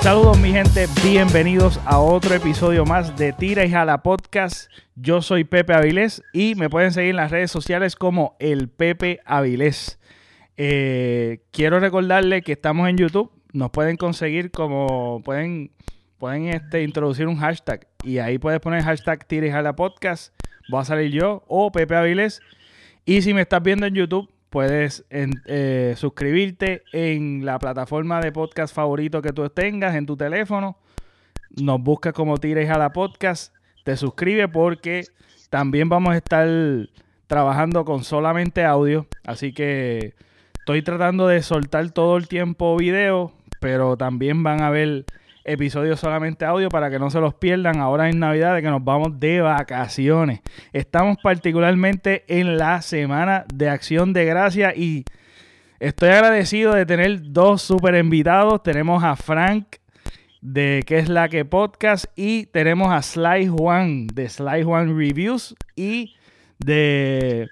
Saludos mi gente, bienvenidos a otro episodio más de Tira y Jala Podcast. Yo soy Pepe Avilés y me pueden seguir en las redes sociales como el Pepe Avilés. Quiero recordarles que estamos en YouTube, nos pueden conseguir como pueden introducir un hashtag y ahí puedes poner hashtag Tira y Jala Podcast, va a salir yo o Pepe Avilés. Y si me estás viendo en YouTube, puedes suscribirte en la plataforma de podcast favorito que tú tengas en tu teléfono. Nos buscas como Tira y Jala Podcast. Te suscribes porque también vamos a estar trabajando con solamente audio. Así que estoy tratando de soltar todo el tiempo video, pero también van a haber episodios solamente audio para que no se los pierdan ahora en Navidad, de que nos vamos de vacaciones. Estamos particularmente en la Semana de Acción de Gracias y estoy agradecido de tener dos super invitados. Tenemos a Frank de ¿Qué es la que podcast? Y tenemos a Sly Juan de Sly Juan Reviews y de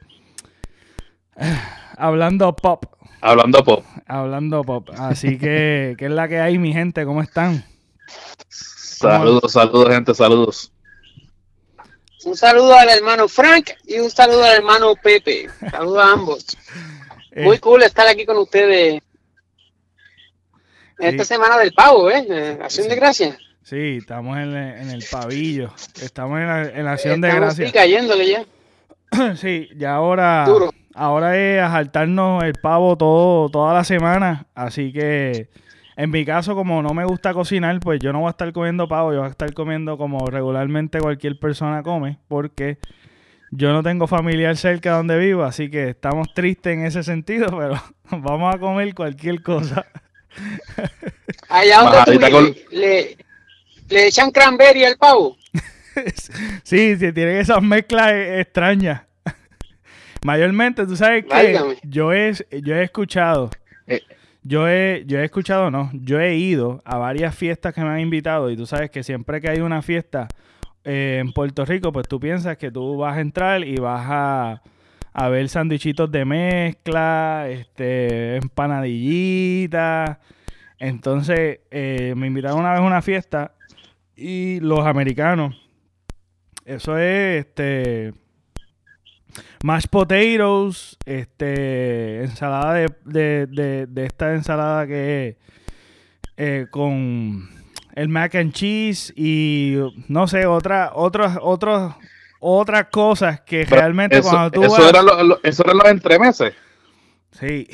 Hablando Pop. Hablando Pop. Así que, ¿qué es la que hay, mi gente? ¿Cómo están? Saludos, gente, saludos. Un saludo al hermano Frank y un saludo al hermano Pepe. Saludos a ambos. Muy cool estar aquí con ustedes en esta semana del pavo, Acción de Gracias. Sí, estamos en el pavillo. Estamos en la Acción de Gracias. Sí, cayéndole ya. Sí, ya ahora es asaltarnos el pavo toda la semana. Así que en mi caso, como no me gusta cocinar, pues yo no voy a estar comiendo pavo, yo voy a estar comiendo como regularmente cualquier persona come, porque yo no tengo familiar cerca donde vivo, así que estamos tristes en ese sentido, pero vamos a comer cualquier cosa. Allá donde tú vives, ¿le echan cranberry al pavo? Sí, tienen esas mezclas extrañas. Mayormente, tú sabes que yo he escuchado... Yo he ido a varias fiestas que me han invitado y tú sabes que siempre que hay una fiesta en Puerto Rico, pues tú piensas que tú vas a entrar y vas a ver sandwichitos de mezcla, empanadillitas. Entonces me invitaron una vez a una fiesta y los americanos, eso es mashed potatoes, ensalada de esta ensalada que es con el mac and cheese y no sé, otras cosas que pero realmente eso, cuando tú eso vas... eso eran los entremeses. Sí.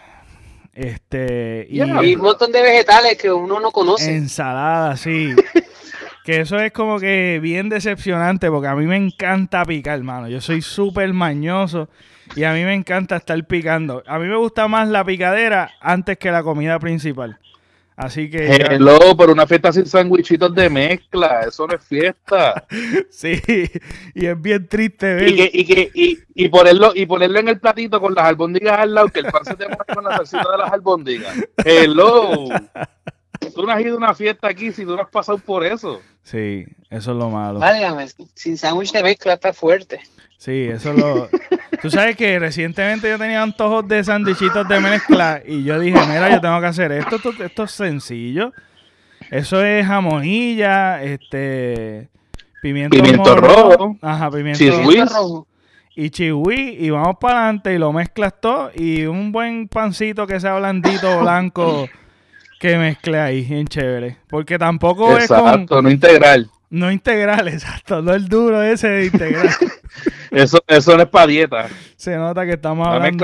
Y un montón de vegetales que uno no conoce. Ensalada, sí. Que eso es como que bien decepcionante porque a mí me encanta picar, hermano. Yo soy súper mañoso y a mí me encanta estar picando. A mí me gusta más la picadera antes que la comida principal. Así que... Hello, pero una fiesta sin sandwichitos de mezcla, eso no es fiesta. Sí, y es bien triste ver. Y ponerlo en el platito con las albóndigas al lado, que el pan se te mueve con la salsita de las albóndigas. Hello. Tú no has ido a una fiesta aquí si tú no has pasado por eso. Sí, eso es lo malo. Válgame, sin sándwich de mezcla está fuerte. Sí, eso es lo... Tú sabes que recientemente yo tenía antojos de sandwichitos de mezcla y yo dije, mira, yo tengo que hacer esto es sencillo. Eso es jamonilla, pimiento rojo. Ajá, pimiento rojo. Y chihui, y vamos para adelante y lo mezclas todo y un buen pancito que sea blandito, blanco... que mezcle ahí, bien chévere. Porque tampoco es con... Exacto, no integral. No integral, exacto. No el duro ese de integral. Eso no es para dieta. Se nota que estamos hablando...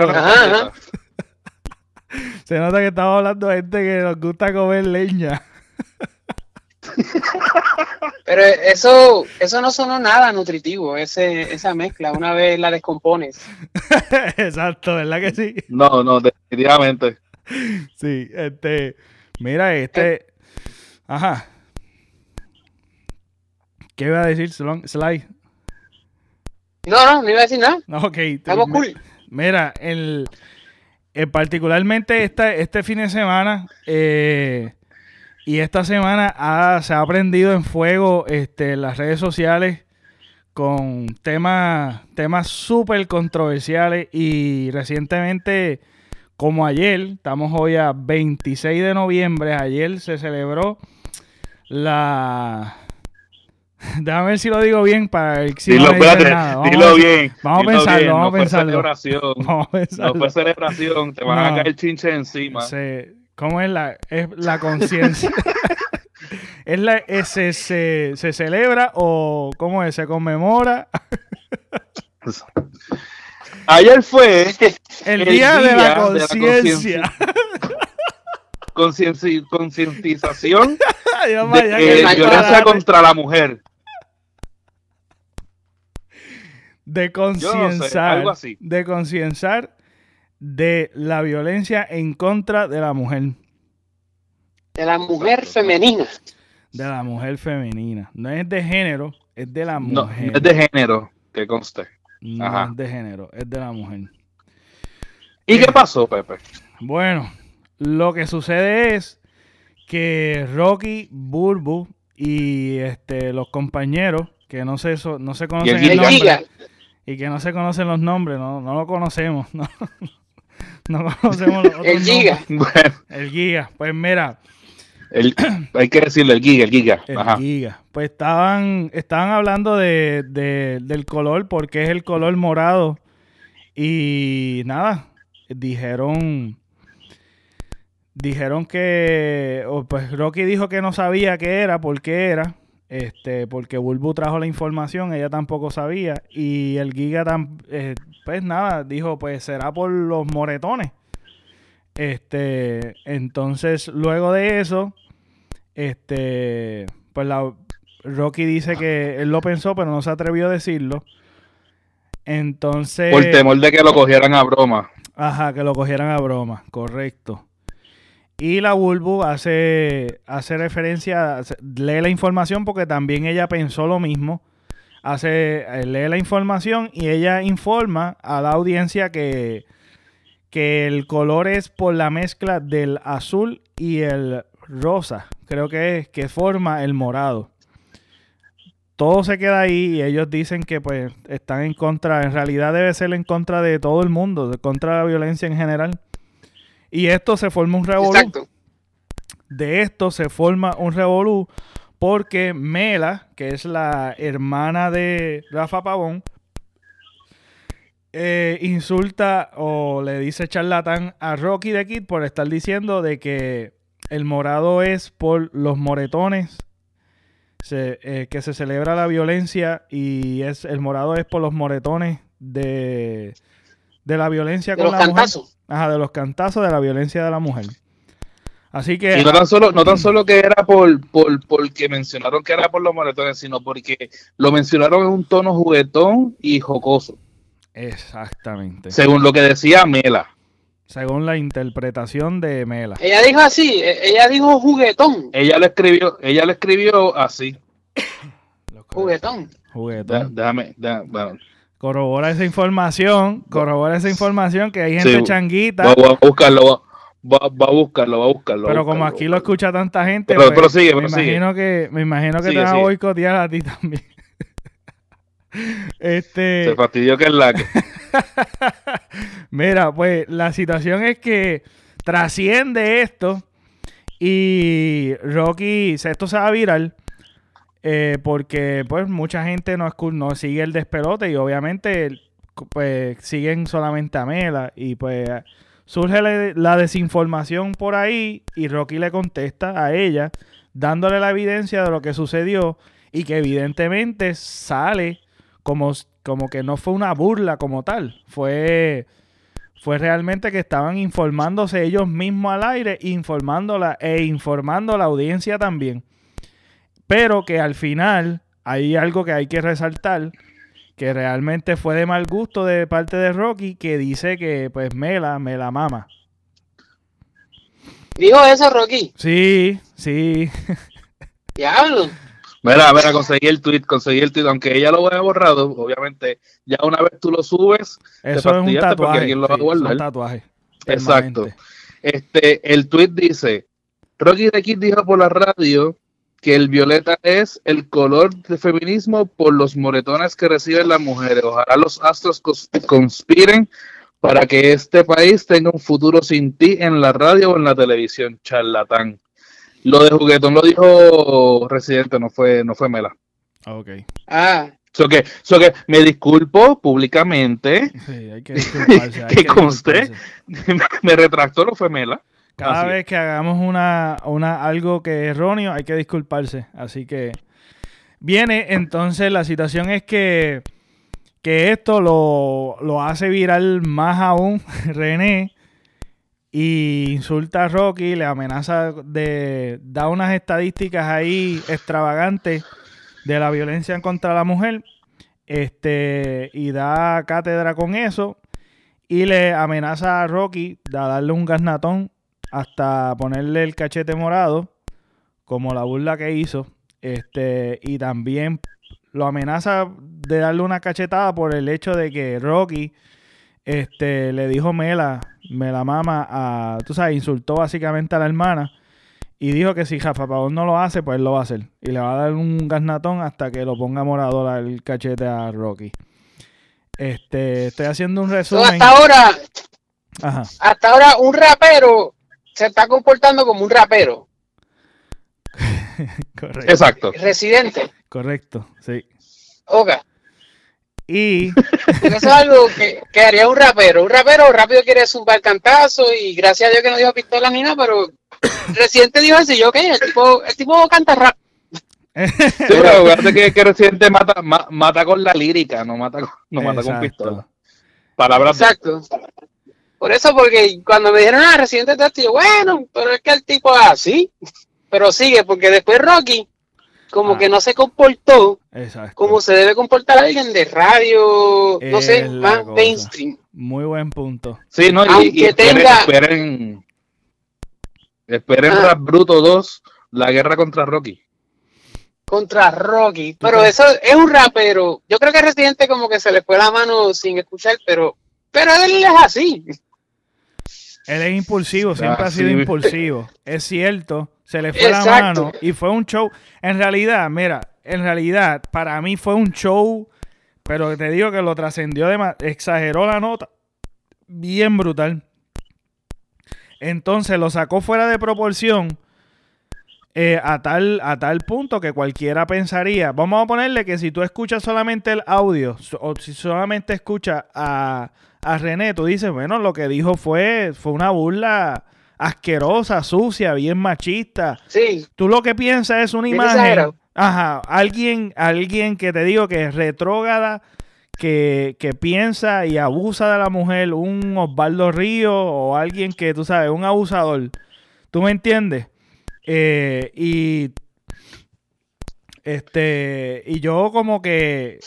Se nota que estamos hablando de gente que nos gusta comer leña. Pero eso no sonó nada nutritivo, esa mezcla, una vez la descompones. Exacto, ¿verdad que sí? No, definitivamente. Sí, mira, ajá. ¿Qué iba a decir, Sly? No iba a decir nada. No, ok. Estamos cool. Mira, particularmente este fin de semana y esta semana se ha prendido en fuego las redes sociales con temas súper controversiales y recientemente, como ayer, estamos hoy a 26 de noviembre, ayer se celebró Déjame ver si lo digo bien para el si Dilo, no me dicen espérate, nada. dilo bien. Vamos a dilo pensarlo, bien. vamos a No fue pensarlo. celebración. Vamos a pensarlo. No fue celebración, te van a No. caer chinches encima. ¿Cómo es la conciencia? ¿Se celebra o cómo es? ¿Se conmemora? Ayer fue El día de la conciencia. Concientización Dios de mío, qué violencia disparate. contra la mujer. De Yo no sé, concienciar, algo así. de concienciar de la violencia en contra de la mujer. De la mujer femenina. De la mujer femenina. No es de género, es de la No, mujer. no es de género, que conste. No Ajá. es de género, es de la mujer. ¿Y qué pasó, Pepe? Bueno, lo que sucede es que Rocky, Bulbu y los compañeros que no se conocen el El nombre Giga. y que no se conocen los nombres, no lo conocemos, no conocemos los otros El Giga. nombres. Bueno, El Giga, pues mira, hay que decirle el giga. el Ajá. Giga. Pues estaban hablando del color, porque es el color morado. Y nada, dijeron que, pues Rocky dijo que no sabía qué era, por qué era, porque Bulbu trajo la información, ella tampoco sabía. Y el Giga, pues nada, dijo, pues será por los moretones. Entonces, luego de eso, pues Rocky dice que él lo pensó, pero no se atrevió a decirlo. Entonces... Por temor de que lo cogieran a broma. Ajá, que lo cogieran a broma, correcto. Y la Bulbu hace referencia, lee la información porque también ella pensó lo mismo. Lee la información y ella informa a la audiencia que el color es por la mezcla del azul y el rosa. Creo que forma el morado. Todo se queda ahí y ellos dicen que pues están en contra, en realidad debe ser en contra de todo el mundo, contra la violencia en general. Y esto se forma un revolú. Exacto. De esto se forma un revolú porque Mela, que es la hermana de Rafa Pavón, insulta o le dice charlatán a Rocky the Kid por estar diciendo de que el morado es por los moretones, que se celebra la violencia y el morado es por los moretones de la violencia De con los la mujer. cantazos. Ajá, de los cantazos de la violencia de la mujer. Así que... Y no tan solo que era porque mencionaron que era por los moretones, sino porque lo mencionaron en un tono juguetón y jocoso. Exactamente. Según lo que decía Mela. Según la interpretación de Mela. Ella dijo así, ella dijo juguetón. Ella lo escribió así. Juguetón. Juguetón. Déjame, bueno. Corrobora esa información que hay gente Sí, changuita. Va a buscarlo. Va a buscarlo. Pero como aquí lo escucha tanta gente, Pero pues, sigue. me imagino que Sigue, te van a sigue. boicotear a ti también. Se fastidió que es la que. Mira, pues la situación es que trasciende esto y Rocky, esto se va a viral porque pues mucha gente no sigue el despelote y obviamente pues siguen solamente a Mela y pues surge la desinformación por ahí y Rocky le contesta a ella dándole la evidencia de lo que sucedió y que evidentemente sale como que no fue una burla como tal, fue realmente que estaban informándose ellos mismos al aire, informando a la audiencia también. Pero que al final hay algo que hay que resaltar, que realmente fue de mal gusto de parte de Rocky, que dice que pues Mela mama. ¿Dijo eso, Rocky? Sí. Diablo. Mira, conseguí el tweet, aunque ella lo haya borrado, obviamente, ya una vez tú lo subes, Eso es un fastidiaste porque tatuaje. alguien lo va a guardar. Es un tatuaje. Exacto. Permanente. El tweet dice, Rocky the Kid dijo por la radio que el violeta es el color de feminismo por los moretones que reciben las mujeres. Ojalá los astros conspiren para que este país tenga un futuro sin ti en la radio o en la televisión, charlatán. Lo de juguetón lo dijo Residente, no fue Mela. Ok. So que me disculpo públicamente. Sí, hay que disculparse. que conste, me retractó, no fue Mela. Cada vez que hagamos algo que es erróneo, hay que disculparse. Así que viene, entonces la situación es que esto lo hace viral más aún René, y insulta a Rocky, le amenaza da unas estadísticas ahí extravagantes de la violencia contra la mujer, y da cátedra con eso, y le amenaza a Rocky de darle un garnatón hasta ponerle el cachete morado, como la burla que hizo, y también lo amenaza de darle una cachetada por el hecho de que Rocky le dijo Mela mama tú sabes, insultó básicamente a la hermana y dijo que si Rafa Pavón no lo hace, pues él lo va a hacer. Y le va a dar un garnatón hasta que lo ponga morado el cachete a Rocky. Estoy haciendo un resumen. Hasta ahora un rapero se está comportando como un rapero. Correcto. Exacto. Residente. Correcto, sí. Ok. Y eso es algo que haría un rapero. Un rapero rápido quiere zumbar cantazo y gracias a Dios que no dijo pistola ni nada, pero Residente dijo así, yo qué, el tipo canta rap. Sí, pero acuérdate que Residente mata con la lírica, no mata con pistola. Palabras. Exacto. Por eso, porque cuando me dijeron Residente te yo, bueno, pero es que el tipo es así. Pero sigue, porque después Rocky como que no se comportó como se debe comportar alguien de radio, no sé, más cosa. Mainstream. Muy buen punto. Sí, no, y esperen Rap Bruto 2, la guerra contra Rocky. Pero eso es un rapero. Yo creo que Residente como que se le fue la mano sin escuchar, pero él es así. Él es impulsivo, siempre ha sido impulsivo. Es cierto, se le fue la mano y fue un show. En realidad, para mí fue un show, pero te digo que lo trascendió exageró la nota bien brutal. Entonces lo sacó fuera de proporción a tal punto que cualquiera pensaría, vamos a ponerle que si tú escuchas solamente el audio o si solamente escuchas a René, tú dices, bueno, lo que dijo fue una burla asquerosa, sucia, bien machista. Sí. Tú lo que piensas es una imagen. Ajá, alguien que te digo que es retrógrada, que piensa y abusa de la mujer, un Osvaldo Ríos o alguien que, tú sabes, un abusador. ¿Tú me entiendes? Y yo como que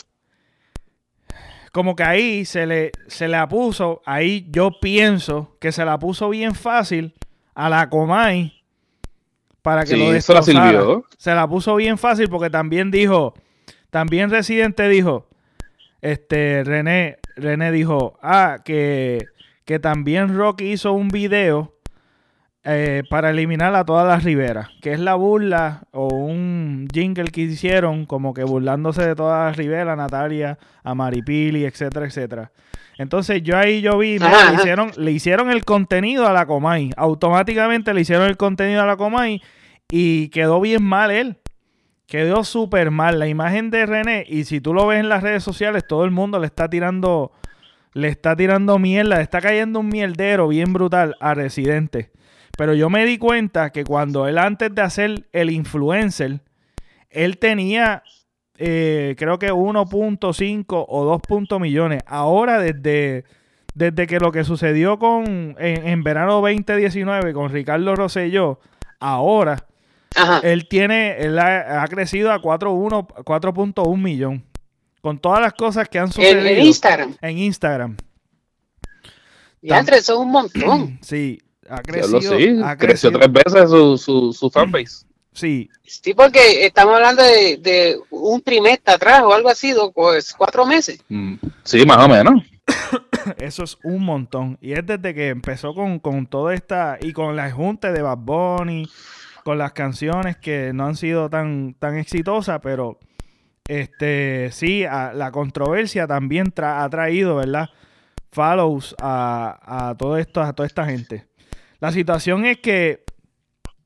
ahí se le puso, ahí yo pienso que se la puso bien fácil a la Comay para que lo destrozara. Se la puso bien fácil porque también Residente dijo, René dijo, que también Rocky hizo un video para eliminar a todas las Riveras, que es la burla o un jingle que hicieron como que burlándose de todas las Riveras, Natalia, a Maripili, etcétera, etcétera. Entonces yo vi, le hicieron el contenido a la Comay, automáticamente le hicieron el contenido a la Comay y quedó bien mal él. Quedó súper mal la imagen de René, y si tú lo ves en las redes sociales, todo el mundo le está tirando mierda, le está cayendo un mierdero bien brutal a Residente. Pero yo me di cuenta que cuando él, antes de hacer el influencer, él tenía, creo que 1.5 o 2 millones. Ahora, desde que lo que sucedió en verano 2019 con Ricardo Rosselló, ahora, él ha crecido a 4.1 millón. Con todas las cosas que han sucedido. En Instagram. Y entre eso es un montón. Sí. Ha crecido. Creció 3 veces su fanbase. Sí. Sí, porque estamos hablando de un trimestre atrás o algo así, pues 4 meses. Sí, más o menos. Eso es un montón. Y es desde que empezó con toda esta, y con la junta de Bad Bunny, con las canciones que no han sido tan exitosas, pero sí, la controversia también ha traído, ¿verdad?, follows a todo esto, a toda esta gente. La situación es que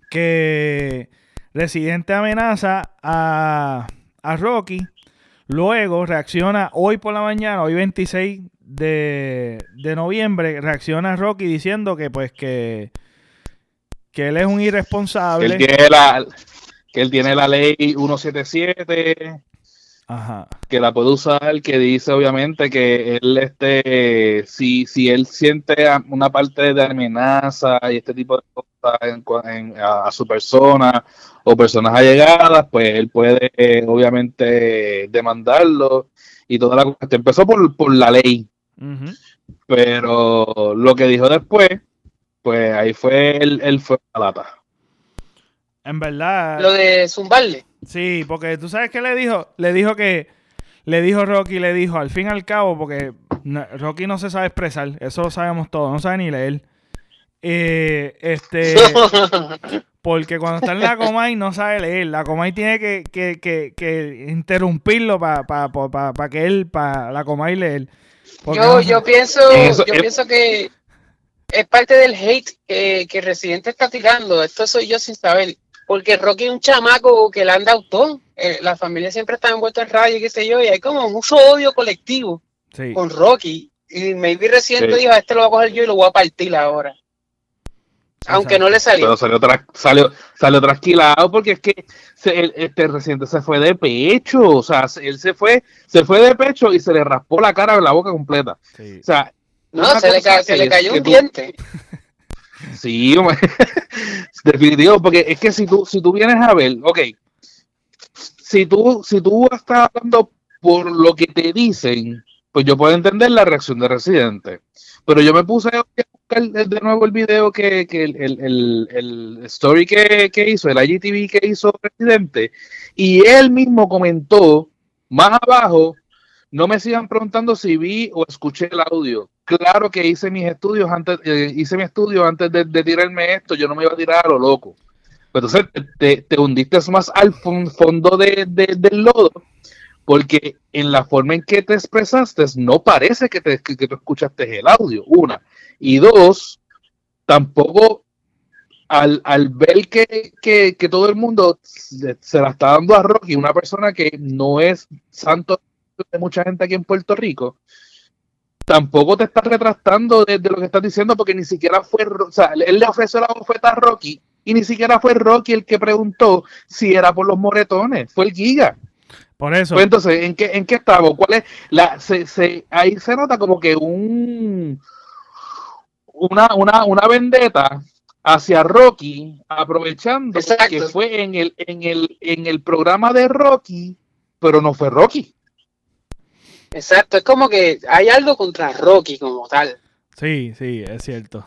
que Residente amenaza a Rocky. Luego reacciona hoy por la mañana, hoy 26 de noviembre, reacciona Rocky diciendo que pues que él es un irresponsable. Que él tiene la ley 177. Ajá. Que la puede usar, que dice obviamente que él si él siente una parte de amenaza y este tipo de cosas a su persona o personas allegadas, pues él puede obviamente demandarlo y toda la cosa. Empezó por la ley, pero lo que dijo después, pues ahí fue él fue a la lata. En verdad. Lo de zumbarle. Sí, porque tú sabes qué le dijo. Rocky, al fin y al cabo, porque Rocky no se sabe expresar, eso lo sabemos todos, no sabe ni leer. Porque cuando está en la Comay no sabe leer. La Comay tiene que interrumpirlo para la Comay leer. Yo pienso que es parte del hate que Residente está tirando. Esto soy yo sin saber. Porque Rocky es un chamaco que le han dado todo. La familia siempre está envuelta en radio y qué sé yo. Y hay como mucho odio colectivo con Rocky. Y maybe Residente dijo, este lo voy a coger yo y lo voy a partir ahora. Aunque no le salió. Pero salió trasquilado porque es que este Residente se fue de pecho. O sea, él se fue de pecho y se le raspó la cara en la boca completa. Sí. O sea, no, se le cayó un diente. Sí, definitivo, porque es que si tú vienes a ver, si tú estás hablando por lo que te dicen, pues yo puedo entender la reacción de Residente, pero yo me puse a buscar de nuevo el video que el story que hizo, el IGTV que hizo Residente, y él mismo comentó más abajo, no me sigan preguntando si vi o escuché el audio. Claro que hice mi estudio antes de tirarme esto, yo no me iba a tirar a lo loco. Pero entonces te hundiste más al fondo del lodo, porque en la forma en que te expresaste no parece que tú escuchaste el audio, una. Y dos, tampoco al ver que todo el mundo se la está dando a Rocky, una persona que no es santo de mucha gente aquí en Puerto Rico, tampoco te estás retractando de lo que estás diciendo, porque ni siquiera fue, o sea, él le ofreció la bofeta a Rocky y ni siquiera fue Rocky el que preguntó si era por los moretones, fue el Giga. Por eso. Pues entonces, ¿en qué estamos? ¿Cuál es ahí se nota como que una vendetta hacia Rocky, aprovechando que fue en el programa de Rocky, pero no fue Rocky. Exacto, es como que hay algo contra Rocky como tal. Sí, es cierto.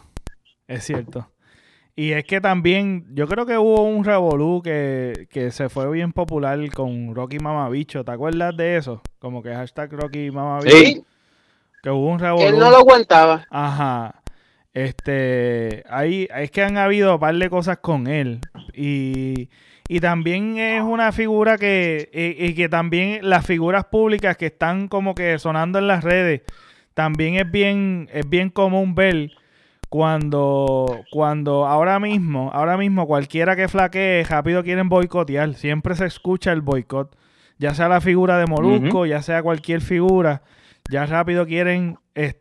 Y es que también, yo creo que hubo un revolú que se fue bien popular con Rocky Mamabicho. ¿Te acuerdas de eso? Como que hashtag Rocky Mamabicho. Sí. Que hubo un revolú. Que él no lo aguantaba. Ajá. Es que han habido un par de cosas con él. Y también es una figura que también las figuras públicas que están como que sonando en las redes, también es bien común ver cuando ahora mismo cualquiera que flaquee rápido quieren boicotear. Siempre se escucha el boicot, ya sea la figura de Molusco, ya sea cualquier figura, ya rápido quieren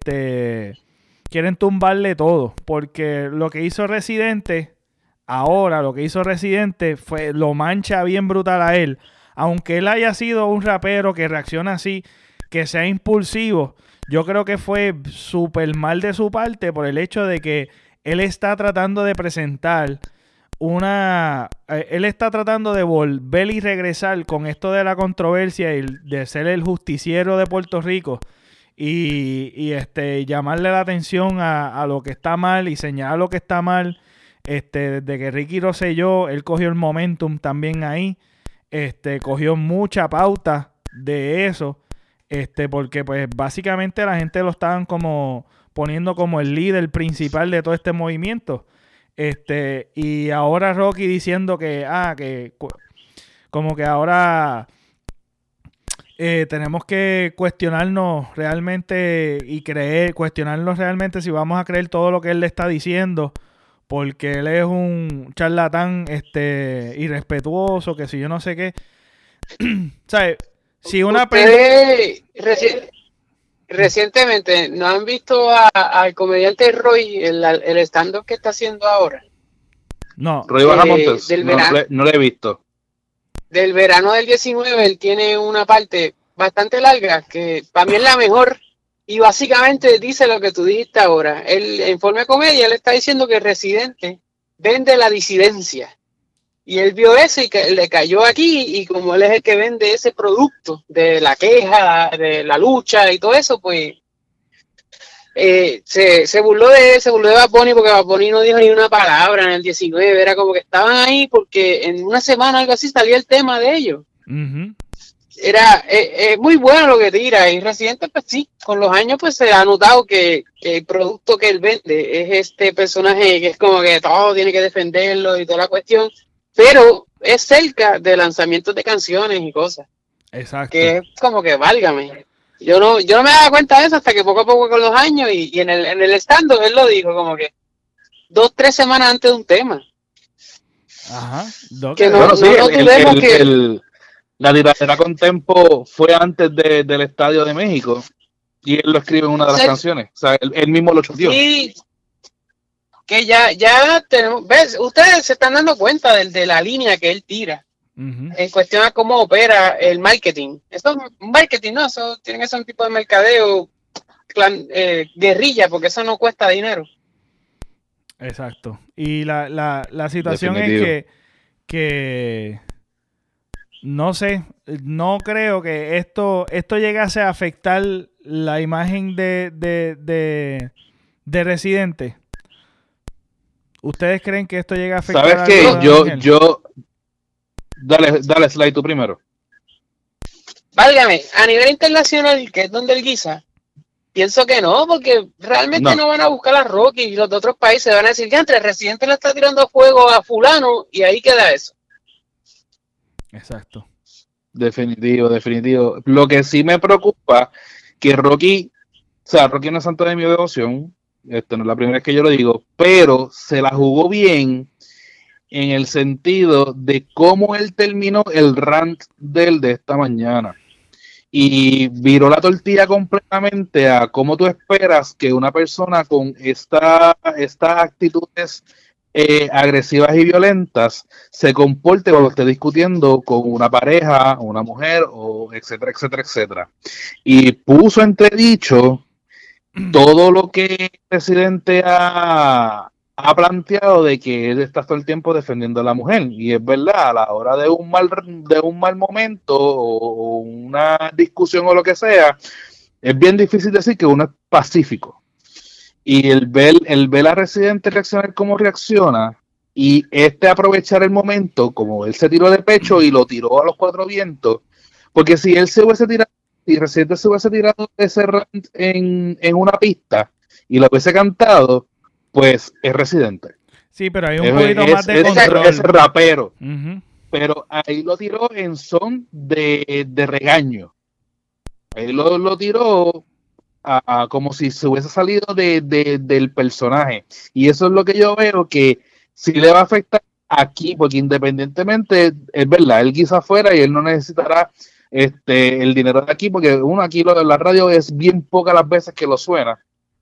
tumbarle todo, porque lo que hizo Residente fue lo mancha bien brutal a él. Aunque él haya sido un rapero que reacciona así, que sea impulsivo, yo creo que fue súper mal de su parte por el hecho de que él está tratando de presentar él está tratando de volver y regresar con esto de la controversia y de ser el justiciero de Puerto Rico y llamarle la atención a lo que está mal y señalar lo que está mal. Desde que Ricky Rosselló, él cogió el momentum también ahí, cogió mucha pauta de eso, porque pues básicamente la gente lo estaban como poniendo como el líder principal de todo este movimiento, y ahora Rocky diciendo que como que ahora tenemos que cuestionarnos realmente cuestionarnos realmente si vamos a creer todo lo que él le está diciendo, porque él es un charlatán irrespetuoso, que si yo no sé qué. ¿Sabes? Si una recientemente, ¿no han visto al comediante Roy, el stand-up que está haciendo ahora? No. Roy Bajamontes, no lo he visto. Del verano del 19, él tiene una parte bastante larga, que para mí es la mejor, y básicamente dice lo que tú dijiste ahora. Él, en forma de comedia, él está diciendo que Residente vende la disidencia. Y él vio eso y le cayó aquí, y como él es el que vende ese producto de la queja, de la lucha y todo eso, pues se burló de Bad Bunny, porque Bad Bunny no dijo ni una palabra en el 19, era como que estaban ahí porque en una semana algo así salía el tema de ellos. Uh-huh. Era muy bueno lo que tira, y Residente pues sí, con los años pues se ha notado que el producto que él vende es este personaje que es como que todo tiene que defenderlo y toda la cuestión, pero es cerca de lanzamientos de canciones y cosas. Exacto. Que es como que válgame. Yo no me daba cuenta de eso hasta que poco a poco con los años y en el stand-up él lo dijo como que 2-3 semanas antes de un tema. Ajá. Que la tiradera con Tempo fue antes del Estadio de México y él lo escribe en una de las canciones. O sea, él mismo lo choteó. Sí, que ya tenemos, ves, ustedes se están dando cuenta de la línea que él tira. Uh-huh. En cuestión a cómo opera el marketing. Esto es marketing, ¿no? Eso tiene que ser un tipo de mercadeo guerrilla, porque eso no cuesta dinero. Exacto. Y la situación Definitivo. Es que no sé, no creo que esto llegase a afectar la imagen de Residente. ¿Ustedes creen que esto llega a afectar? ¿Sabes qué? Yo Dale, Sly, tú primero. Válgame, a nivel internacional, que es donde él guisa, pienso que no, porque realmente no van a buscar a Rocky, y los de otros países van a decir, ya entre Residente le está tirando fuego a fulano, y ahí queda eso. Exacto. Definitivo. Lo que sí me preocupa, que Rocky no es santo de mi devoción, no es la primera vez que yo lo digo, pero se la jugó bien en el sentido de cómo él terminó el rant de esta mañana. Y viró la tortilla completamente a cómo tú esperas que una persona con estas actitudes agresivas y violentas se comporte cuando esté discutiendo con una pareja, una mujer, o etcétera. Y puso entredicho todo lo que el presidente ha planteado de que él está todo el tiempo defendiendo a la mujer, y es verdad, a la hora de un mal momento o una discusión o lo que sea, es bien difícil decir que uno es pacífico, y el ver a Residente reaccionar como reacciona, y aprovechar el momento, como él se tiró de pecho y lo tiró a los cuatro vientos, porque si él se hubiese tirado, si Residente se hubiese tirado ese rant en una pista y lo hubiese cantado, pues es Residente. Sí, pero hay un poquito más de control. Es rapero. Uh-huh. Pero ahí lo tiró en son de regaño. Ahí lo tiró como si se hubiese salido del personaje. Y eso es lo que yo veo que sí le va a afectar aquí, porque independientemente, es verdad, él quizá afuera y él no necesitará el dinero de aquí, porque uno aquí la radio es bien pocas las veces que lo suena.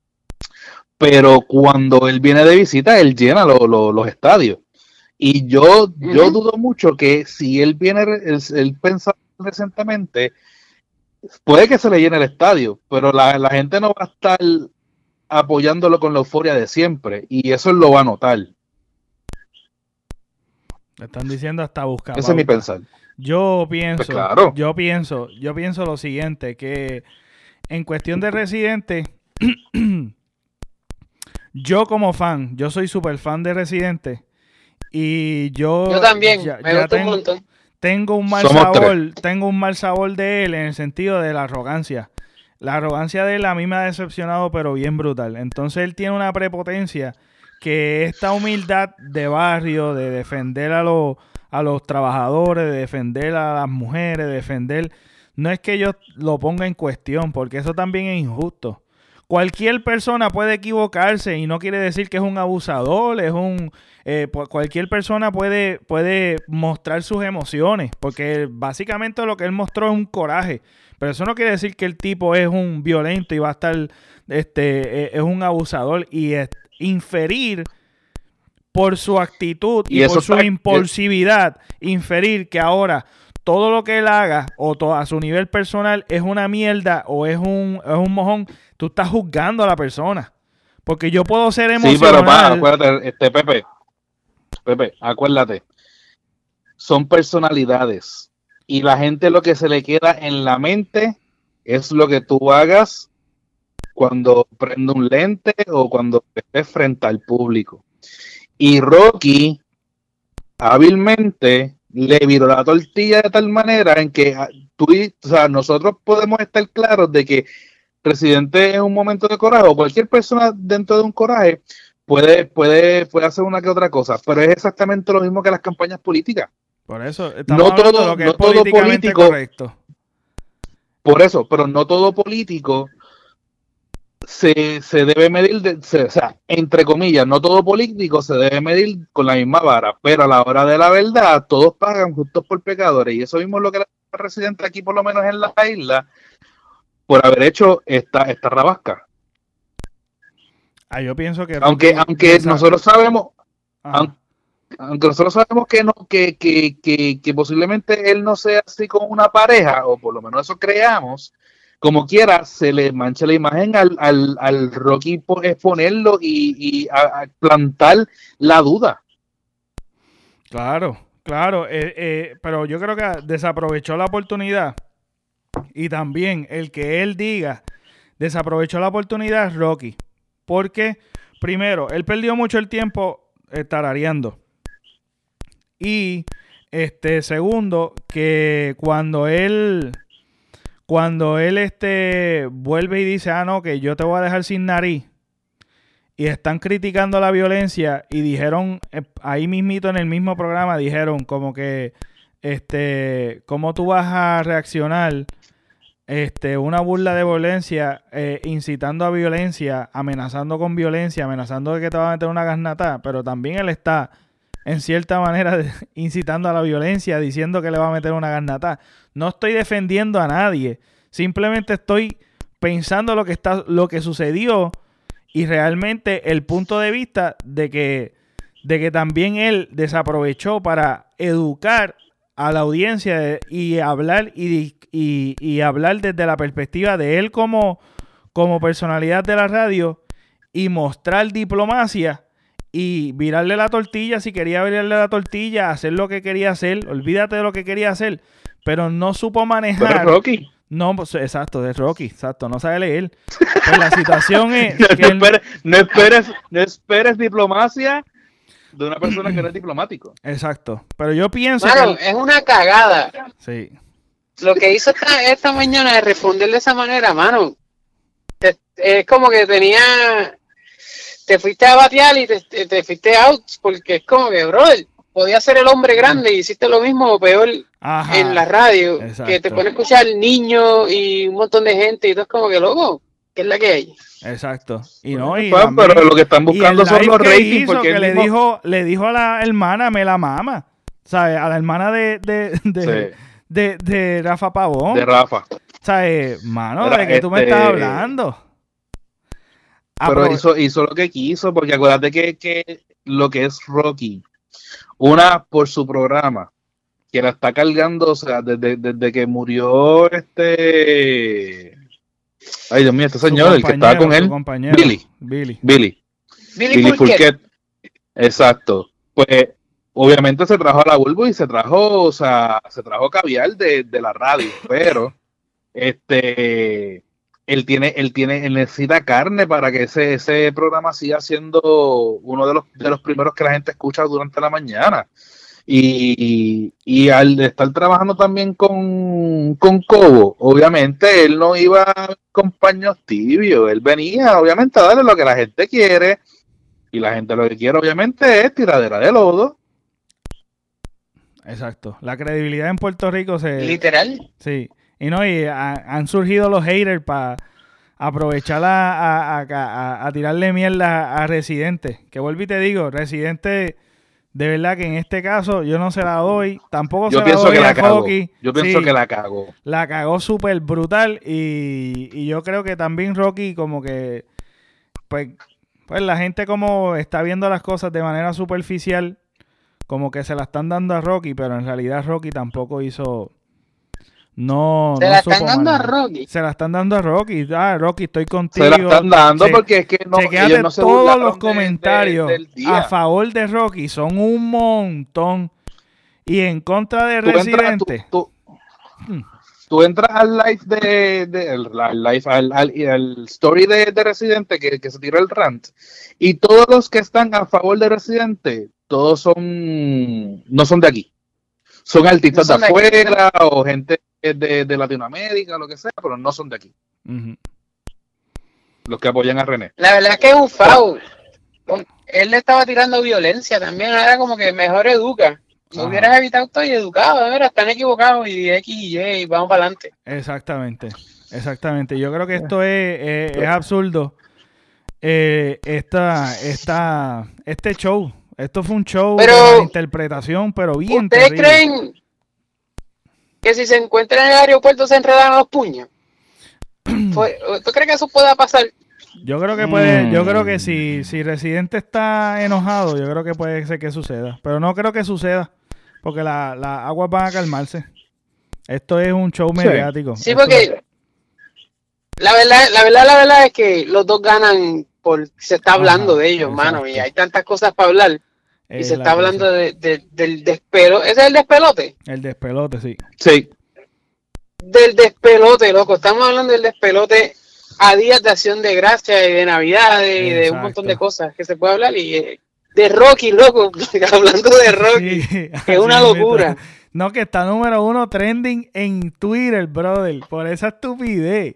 Pero cuando él viene de visita, él llena los estadios. Y yo dudo mucho que si él viene, él pensaba recientemente, puede que se le llene el estadio, pero la gente no va a estar apoyándolo con la euforia de siempre, y eso él lo va a notar. Le están diciendo hasta buscar. Ese es mi pensar. Yo pienso, pues claro. yo pienso lo siguiente, que en cuestión de Residente, yo como fan, yo soy súper fan de Residente, y yo también, me gusta un montón. Tengo un mal sabor de él en el sentido de la arrogancia. La arrogancia de él a mí me ha decepcionado, pero bien brutal. Entonces él tiene una prepotencia que esta humildad de barrio, de defender a los trabajadores, de defender a las mujeres, de defender... No es que yo lo ponga en cuestión, porque eso también es injusto. cualquier persona puede equivocarse y no quiere decir que es un abusador, cualquier persona puede mostrar sus emociones, porque básicamente lo que él mostró es un coraje, pero eso no quiere decir que el tipo es un violento y va a estar, es un abusador, y inferir por su actitud y por su impulsividad, inferir que ahora todo lo que él haga o a su nivel personal es una mierda o es un mojón, tú estás juzgando a la persona. Porque yo puedo ser emocional. Sí, pero acuérdate, Pepe, acuérdate. Son personalidades. Y la gente lo que se le queda en la mente es lo que tú hagas cuando prende un lente o cuando estés frente al público. Y Rocky hábilmente le viró la tortilla de tal manera en que nosotros podemos estar claros de que Residente en un momento de coraje o cualquier persona dentro de un coraje puede hacer una que otra cosa, pero es exactamente lo mismo que las campañas políticas. Por eso estamos hablando de lo que es políticamente correcto. Por eso, pero no todo político se debe medir, entre comillas, no todo político se debe medir con la misma vara, pero a la hora de la verdad todos pagan justos por pecadores, y eso mismo es lo que la Residente aquí, por lo menos en la isla, por haber hecho esta rabasca. Yo pienso que aunque nosotros sabemos aunque nosotros sabemos que posiblemente él no sea así con una pareja, o por lo menos eso creamos, como quiera se le mancha la imagen al Rocky exponerlo y a plantar la duda. Claro, pero yo creo que desaprovechó la oportunidad. Y también el que él diga desaprovechó la oportunidad Rocky, porque primero, él perdió mucho el tiempo tarareando, y segundo, que cuando él vuelve y dice, no, que yo te voy a dejar sin nariz, y están criticando la violencia, y dijeron, ahí mismito en el mismo programa, dijeron como que, ¿cómo tú vas a reaccionar? Una burla de violencia, incitando a violencia, amenazando con violencia, amenazando de que te va a meter una garnata, pero también él está, en cierta manera, incitando a la violencia, diciendo que le va a meter una garnata. No estoy defendiendo a nadie, simplemente estoy pensando lo que sucedió, y realmente el punto de vista de que también él desaprovechó para educar a la audiencia y hablar y hablar desde la perspectiva de él como personalidad de la radio, y mostrar diplomacia y virarle la tortilla si quería virarle la tortilla, hacer lo que quería hacer, olvídate de lo que quería hacer, pero no supo manejar. Pero es Rocky. No, pues, exacto, es Rocky, exacto, no sabe leer. Pues la situación es no esperes diplomacia de una persona que no es diplomático. Exacto, pero yo pienso es una cagada. Sí. Lo que hizo esta mañana de responder de esa manera, mano, es como que te fuiste a batear y te fuiste out, porque es como que, brother, podía ser el hombre grande y hiciste lo mismo o peor. Ajá, en la radio, exacto. Que te pone a escuchar niños y un montón de gente y todo es como que, loco, ¿qué es la que hay? Exacto. Pero lo que están buscando son los ratings, porque le dijo a la hermana, me la mama, ¿sabes? A la hermana de Rafa Pavón. De Rafa. ¿Sabes? Mano, ¿de qué tú me estás hablando? Pero hizo lo que quiso, porque acuérdate que lo que es Rocky, una por su programa, que la está cargando, o sea, desde que murió ay Dios mío, este señor, el que estaba con él, Billy Fourquet. Exacto. Pues obviamente se trajo a la Bulbo y se trajo caviar de la radio, pero él necesita carne para que ese programa siga siendo uno de los primeros que la gente escucha durante la mañana. Y al estar trabajando también con Cobo, obviamente él no iba con paños tibios, él venía obviamente a darle lo que la gente quiere, y la gente lo que quiere obviamente es tiradera de lodo. Exacto, la credibilidad en Puerto Rico literal. Sí, y han surgido los haters para aprovechar a tirarle mierda a Residente. Que vuelvo y te digo, Residente, de verdad que en este caso yo no se la doy. Tampoco se la doy a Rocky. Yo pienso que la cagó. La cagó súper brutal y yo creo que también Rocky como que pues la gente como está viendo las cosas de manera superficial, como que se la están dando a Rocky, pero en realidad Rocky tampoco hizo... No, se la están dando a Rocky. Se la están dando a Rocky. Rocky, estoy contigo. Se la están dando porque es que ellos no se todos los comentarios a favor de Rocky son un montón. Y en contra de Residente. Tú entras al live al story de Residente que se tiró el rant. Y todos los que están a favor de Residente, todos no son de aquí. Son artistas de afuera o gente de Latinoamérica, lo que sea, pero no son de aquí. Uh-huh. Los que apoyan a René. La verdad es que es un foul. Él le estaba tirando violencia también, era como que mejor educa. No hubieras evitado todo y educado, de verdad, están equivocados y X y Y y vamos para adelante. Exactamente. Yo creo que esto es absurdo. Este show. Esto fue un show de interpretación, pero bien ¿ustedes terrible. creen que si se encuentran en el aeropuerto se enredan los puños? ¿Tú crees que eso pueda pasar? Yo creo que puede, yo creo que si Residente está enojado, yo creo que puede ser que suceda. Pero no creo que suceda, porque las aguas van a calmarse. Esto es un show mediático. Sí, porque la verdad es que los dos ganan por se está hablando de ellos, exacto, mano, y hay tantas cosas para hablar. Y se está hablando del despelote. ¿Ese es el despelote? El despelote, sí. Sí. Del despelote, loco. Estamos hablando del despelote a días de Acción de Gracias y de Navidad y de un montón de cosas que se puede hablar. Y de Rocky, loco. Hablando de Rocky. Sí, que es una locura. No, que está número 1 trending en Twitter, brother. Por esa estupidez.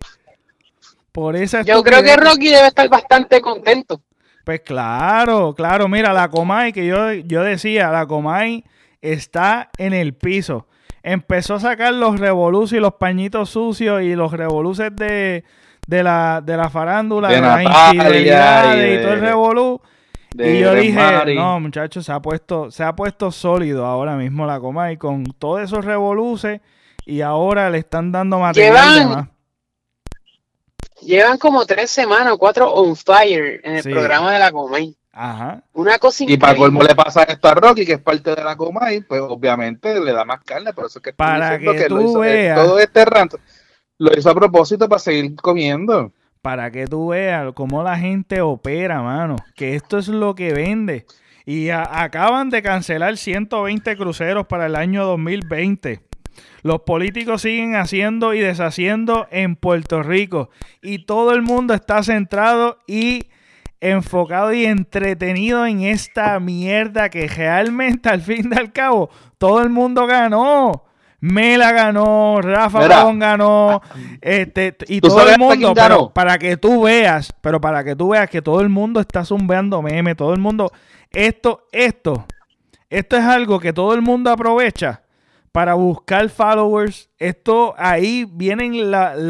Yo creo que Rocky debe estar bastante contento. Pues claro. Mira, la Comay, que yo decía, la Comay está en el piso. Empezó a sacar los revoluces y los pañitos sucios y los revoluces de la farándula, de las infidelidades y todo el revolú. Y yo dije, no, muchachos, se ha puesto sólido ahora mismo la Comay con todos esos revoluces y ahora le están dando material de más. Llevan como 3 semanas o 4 on fire en el programa de la Comay. Ajá. Una cosa increíble. Y para colmo le pasa esto a Rocky, que es parte de la Comay, pues obviamente le da más carne, por eso es que para que tú veas todo este rant lo hizo a propósito para seguir comiendo. Para que tú veas cómo la gente opera, mano, que esto es lo que vende. Y acaban de cancelar 120 cruceros para el año 2020. Los políticos siguen haciendo y deshaciendo en Puerto Rico. Y todo el mundo está centrado y enfocado y entretenido en esta mierda que realmente al fin y al cabo todo el mundo ganó. Mela ganó, Rafa Pagón ganó, y todo el mundo, pero para que tú veas que todo el mundo está zumbeando memes, todo el mundo, esto es algo que todo el mundo aprovecha para buscar followers. Esto ahí vienen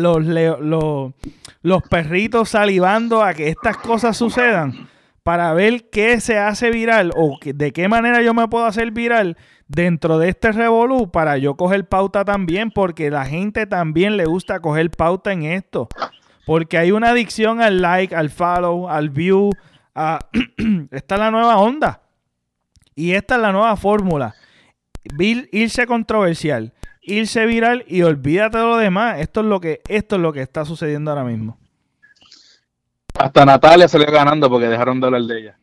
los perritos salivando a que estas cosas sucedan para ver qué se hace viral o de qué manera yo me puedo hacer viral dentro de este revolú para yo coger pauta también, porque la gente también le gusta coger pauta en esto, porque hay una adicción al like, al follow, al view. Esta es la nueva onda y esta es la nueva fórmula. Irse controversial, irse viral y olvídate de lo demás. Esto es lo que está sucediendo ahora mismo. Hasta Natalia salió ganando porque dejaron de hablar de ella.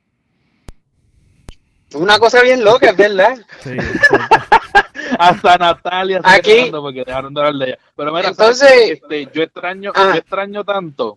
Una cosa bien loca, es verdad. Sí. Hasta Natalia salió ganando porque dejaron de hablar de ella. Pero mira, entonces, yo extraño tanto.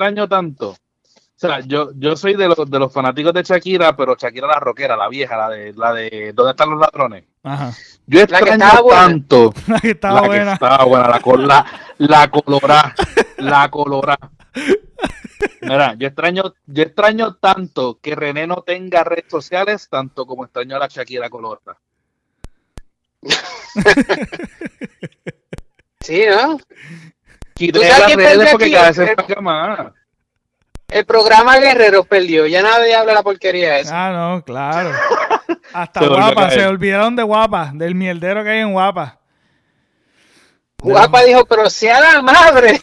O sea, yo soy de los fanáticos de Shakira, pero Shakira la rockera, la vieja, la de ¿Dónde están los ladrones? Ajá. Yo extraño tanto. La que estaba buena. La colorá. Mira, yo extraño tanto que René no tenga redes sociales, tanto como extraño a la Shakira colorada. Sí, ¿no? Quité las redes porque cada vez se paga más. El programa Guerreros perdió. Ya nadie habla la porquería esa. Ah, no, claro. Hasta Guapa. Se olvidaron de Guapa. Del mierdero que hay en Guapa. Guapa dijo, pero sea la madre.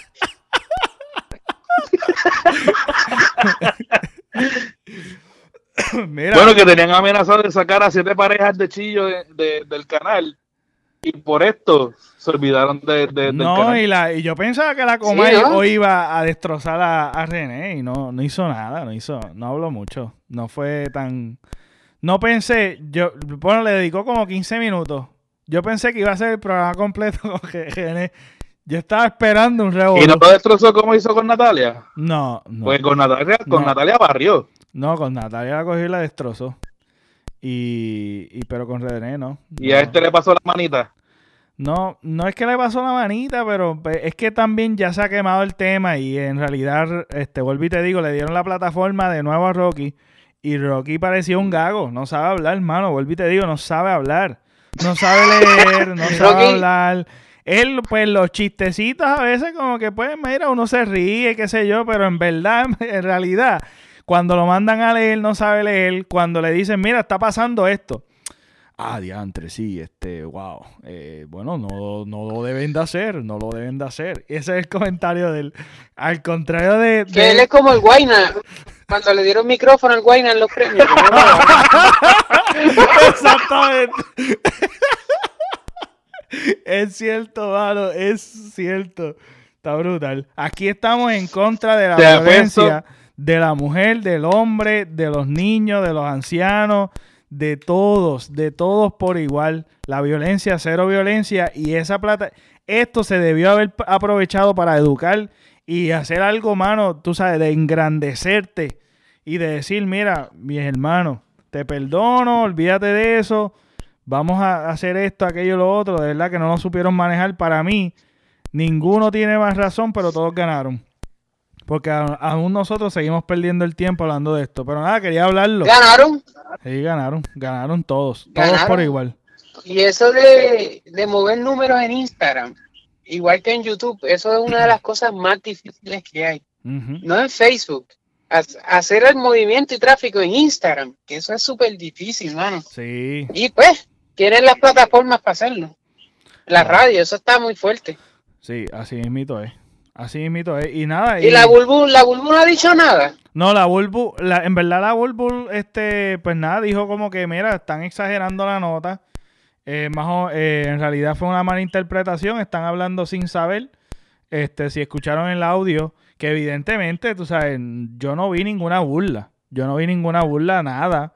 Mira. Bueno, que tenían amenazado de sacar a 7 parejas de chillo del canal. Y por esto se olvidaron del canal. Y yo pensaba que la Comay hoy iba a destrozar a René y no hizo nada, no habló mucho. No fue tan... No pensé, bueno, le dedicó como 15 minutos. Yo pensé que iba a ser el programa completo con René. Yo estaba esperando un revolú. ¿Y no lo destrozó como hizo con Natalia? No. Pues con Natalia barrió. No, con Natalia la cogió y la destrozó. Pero con René no. ¿Y a este le pasó la manita? No es que le pasó la manita, pero es que también ya se ha quemado el tema y en realidad, vuelvo y te digo, le dieron la plataforma de nuevo a Rocky y Rocky parecía un gago, no sabe hablar, hermano, vuelvo y te digo, no sabe hablar, no sabe leer, no sabe hablar. Él, pues los chistecitos a veces como que pues mira, uno se ríe, qué sé yo, pero en verdad, en realidad, cuando lo mandan a leer no sabe leer, cuando le dicen, mira, está pasando esto. Ah, diantre, sí, wow. Bueno, no lo deben de hacer, no lo deben de hacer. Ese es el comentario del... Al contrario de... Que él es como el Guayna, cuando le dieron micrófono al Guayna en los premios. Exactamente. Es cierto, mano, es cierto. Está brutal. Aquí estamos en contra de la violencia de la mujer, del hombre, de los niños, de los ancianos... De todos por igual. La violencia, cero violencia. Y esa plata, esto se debió haber aprovechado para educar y hacer algo, mano, tú sabes, de engrandecerte y de decir, mira, mis hermanos, te perdono, olvídate de eso, vamos a hacer esto, aquello, lo otro. De verdad que no lo supieron manejar. Para mí, ninguno tiene más razón, pero todos ganaron. Porque aún nosotros seguimos perdiendo el tiempo hablando de esto. Pero nada, quería hablarlo. ¿Ganaron? Sí, ganaron todos. Todos por igual. Y eso de mover números en Instagram, igual que en YouTube, eso es una de las cosas más difíciles que hay. No en Facebook. Hacer el movimiento y tráfico en Instagram, que eso es súper difícil, mano. Sí. Y pues, tienen las plataformas para hacerlo. La radio, eso está muy fuerte. Sí, así mismito es. Así mismito es. Y nada. ¿Y la Bulbu no ha dicho nada? No, la Bulbu, en verdad la Bulbu, pues nada, dijo como que, mira, están exagerando la nota. En realidad fue una mala interpretación, están hablando sin saber. Si escucharon el audio, que evidentemente, tú sabes, yo no vi ninguna burla. Nada.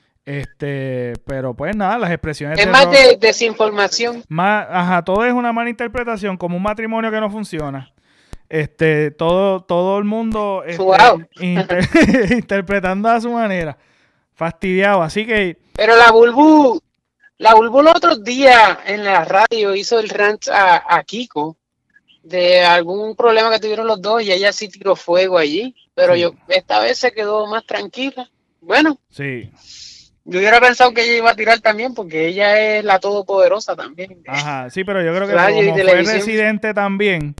Pero pues nada, las expresiones... Es más de desinformación. Todo es una mala interpretación, como un matrimonio que no funciona. Todo el mundo interpretando a su manera, fastidiado, así que... Pero la Bulbu el otro día en la radio hizo el rant a Kiko de algún problema que tuvieron los dos y ella sí tiró fuego allí, pero sí. Esta vez se quedó más tranquila. Bueno, sí. Yo hubiera pensado que ella iba a tirar también porque ella es la todopoderosa también. Ajá, sí, pero yo creo que como fue residente también,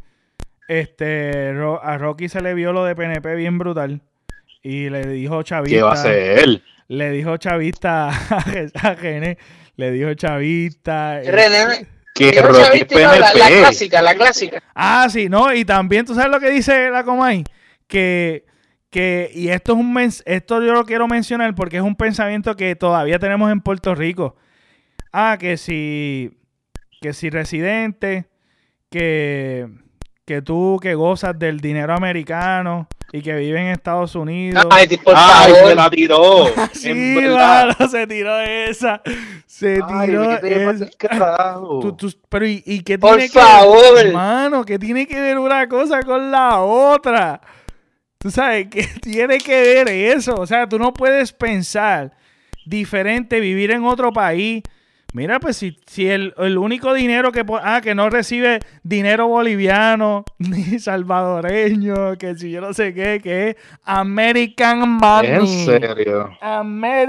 a Rocky se le vio lo de PNP bien brutal y le dijo chavista. ¿Qué va a hacer él? Le dijo chavista a René, le dijo chavista. René, que Rocky PNP. La clásica. Ah, sí, no, y también tú sabes lo que dice la Comay, que y esto esto yo lo quiero mencionar porque es un pensamiento que todavía tenemos en Puerto Rico. Que si residente, que tú que gozas del dinero americano y que vive en Estados Unidos. Ay, se la tiró. Sí, mano, se tiró esa. Pero ¿y qué tiene que ver? Mano, ¿qué tiene que ver una cosa con la otra? Tú sabes, ¿qué tiene que ver eso? O sea, tú no puedes pensar diferente, vivir en otro país. Mira, pues si el único dinero que no recibe dinero boliviano ni salvadoreño, que si yo no sé qué, que es American Money. ¿En serio?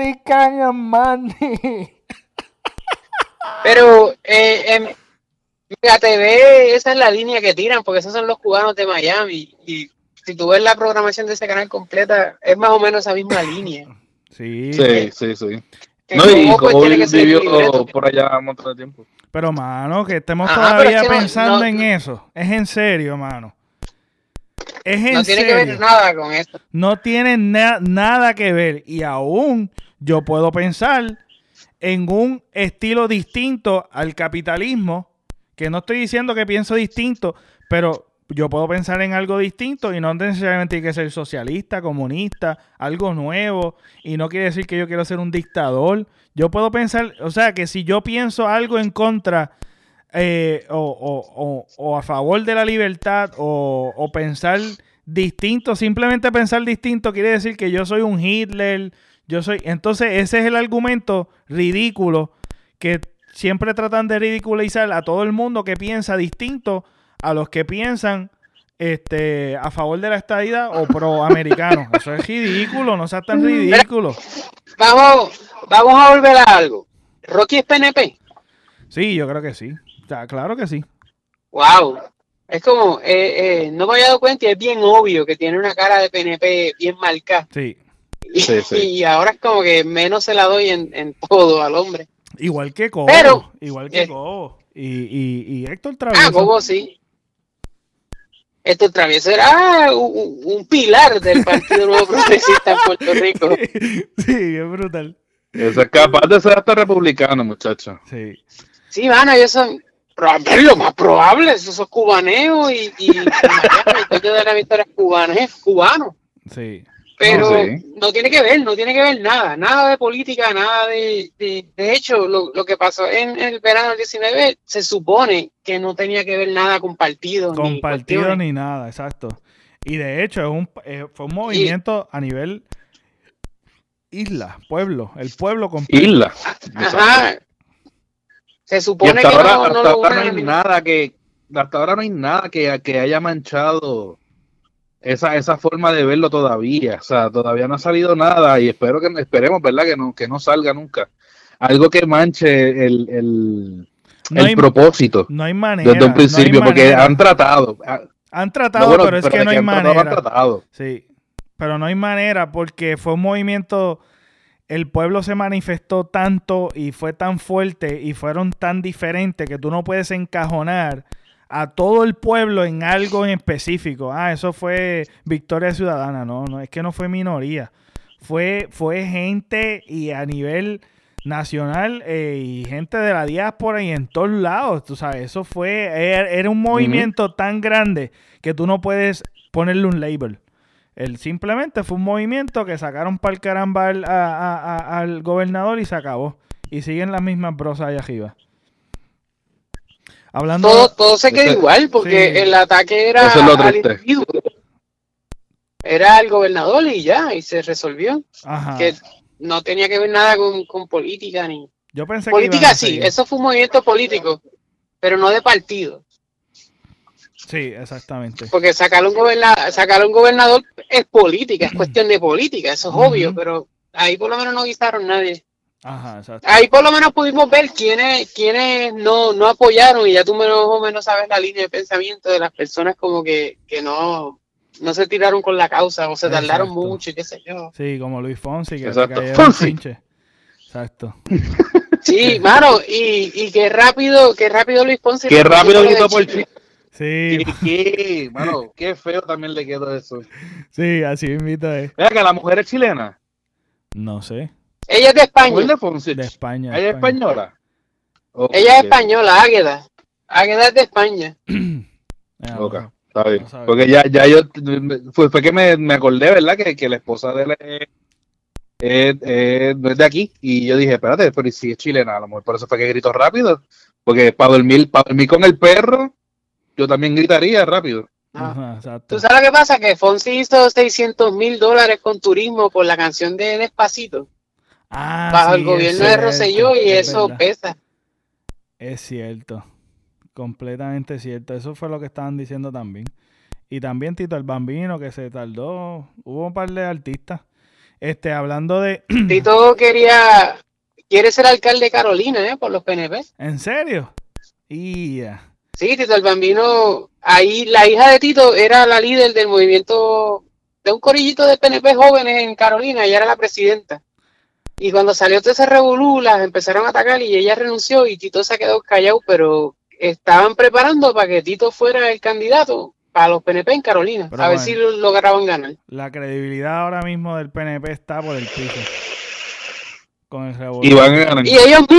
American Money. Pero Mira, TV, esa es la línea que tiran, porque esos son los cubanos de Miami. Y si tú ves la programación de ese canal completa, es más o menos esa misma línea. Sí. No, y como vivió por allá un montón de tiempo. Pero, mano, que estemos todavía pensando en eso. Es en serio, mano. Es en serio. No tiene que ver nada con esto. No tiene nada que ver. Y aún yo puedo pensar en un estilo distinto al capitalismo, que no estoy diciendo que pienso distinto, pero yo puedo pensar en algo distinto y no necesariamente tiene que ser socialista, comunista, algo nuevo, y no quiere decir que yo quiero ser un dictador. Yo puedo pensar, o sea, que si yo pienso algo en contra o a favor de la libertad o pensar distinto, simplemente pensar distinto quiere decir que yo soy un Hitler, entonces ese es el argumento ridículo que siempre tratan de ridiculizar a todo el mundo que piensa distinto a los que piensan a favor de la estadidad o proamericanos. Eso es ridículo, no sea tan ridículo. Vamos a volver a algo. ¿Rocky es PNP? Sí, yo creo que sí. O sea, claro que sí. Wow. Es como, no me había dado cuenta y es bien obvio que tiene una cara de PNP bien marcada. Sí. Y ahora es como que menos se la doy en todo al hombre. Igual que Cobo. Cobo. Y Héctor Travieso. Cobo sí. Héctor Travieso era un pilar del Partido Nuevo Progresista en Puerto Rico. Sí, es brutal. Eso es capaz de ser hasta republicano, muchacho. Sí. Sí, mano, ellos son lo más probable, esos son cubaneos y Miami, de la victoria cubano. Sí. Pero no tiene que ver nada de política, nada de hecho, lo que pasó en el verano del 19 se supone que no tenía que ver nada con partidos. Con partidos ni nada, exacto. Y de hecho fue un movimiento a nivel pueblo, el pueblo completo. Isla. Ajá. Se supone que hasta ahora no hay nada que haya manchado esa forma de verlo todavía. O sea, todavía no ha salido nada y esperemos, ¿verdad? Que no salga nunca. Algo que manche el propósito. No hay manera. Desde un principio, porque han tratado. Pero es que no hay manera. Sí, pero no hay manera porque fue un movimiento. El pueblo se manifestó tanto y fue tan fuerte y fueron tan diferentes que tú no puedes encajonar a todo el pueblo en algo en específico. Eso fue Victoria Ciudadana. No, es que no fue minoría. Fue gente y a nivel nacional y gente de la diáspora y en todos lados. Tú sabes, era un movimiento tan grande que tú no puedes ponerle un label. Simplemente fue un movimiento que sacaron para el caramba al gobernador y se acabó. Y siguen las mismas brosas allá arriba. Todo se queda igual porque el ataque era al individuo. Era al gobernador y ya, y se resolvió. Ajá. Que no tenía que ver nada con política ni. Yo pensé política sí, eso fue un movimiento político, pero no de partido. Sí, exactamente. Porque sacar un gobernador es política, es cuestión de política, eso es obvio, pero ahí por lo menos no guisaron nadie. Ajá, exacto. Ahí por lo menos pudimos ver quiénes no apoyaron y ya tú más o menos sabes la línea de pensamiento de las personas como que no se tiraron con la causa o se tardaron mucho y qué sé yo. Sí, como Luis Fonsi, que cayeron pinche. Exacto. Sí, mano, y qué rápido Luis Fonsi. Qué rápido gritó por Chile. Sí. Mano, qué feo también le quedó eso. Sí, así mismo es. Vea que la mujer es chilena. No sé. Ella es de España. De España. ¿Ella es española? Okay. Ella es española, Águeda. Águeda es de España. Ok, está bien. Porque ya yo fue que me acordé, ¿verdad? Que la esposa de él no es de aquí. Y yo dije, espérate, pero si es chilena, a lo mejor por eso fue que gritó rápido. Porque para dormir con el perro, yo también gritaría rápido. Ajá, exacto. ¿Tú sabes lo que pasa? Que Fonsi hizo $600,000 con turismo por la canción de Despacito. Bajo el gobierno de Rosselló y eso pesa. Es cierto. Completamente cierto. Eso fue lo que estaban diciendo también. Y también Tito el Bambino, que se tardó. Hubo un par de artistas. Hablando de... Tito quiere ser alcalde de Carolina, por los PNP. ¿En serio? Yeah. Sí, Tito el Bambino, ahí la hija de Tito era la líder del movimiento de un corillito de PNP jóvenes en Carolina, ella era la presidenta. Y cuando salió todo ese revolú, las empezaron a atacar y ella renunció y Tito se quedó callado, pero estaban preparando para que Tito fuera el candidato para los PNP en Carolina, pero a ver si lograban ganar. La credibilidad ahora mismo del PNP está por el piso. Con el revolú. Y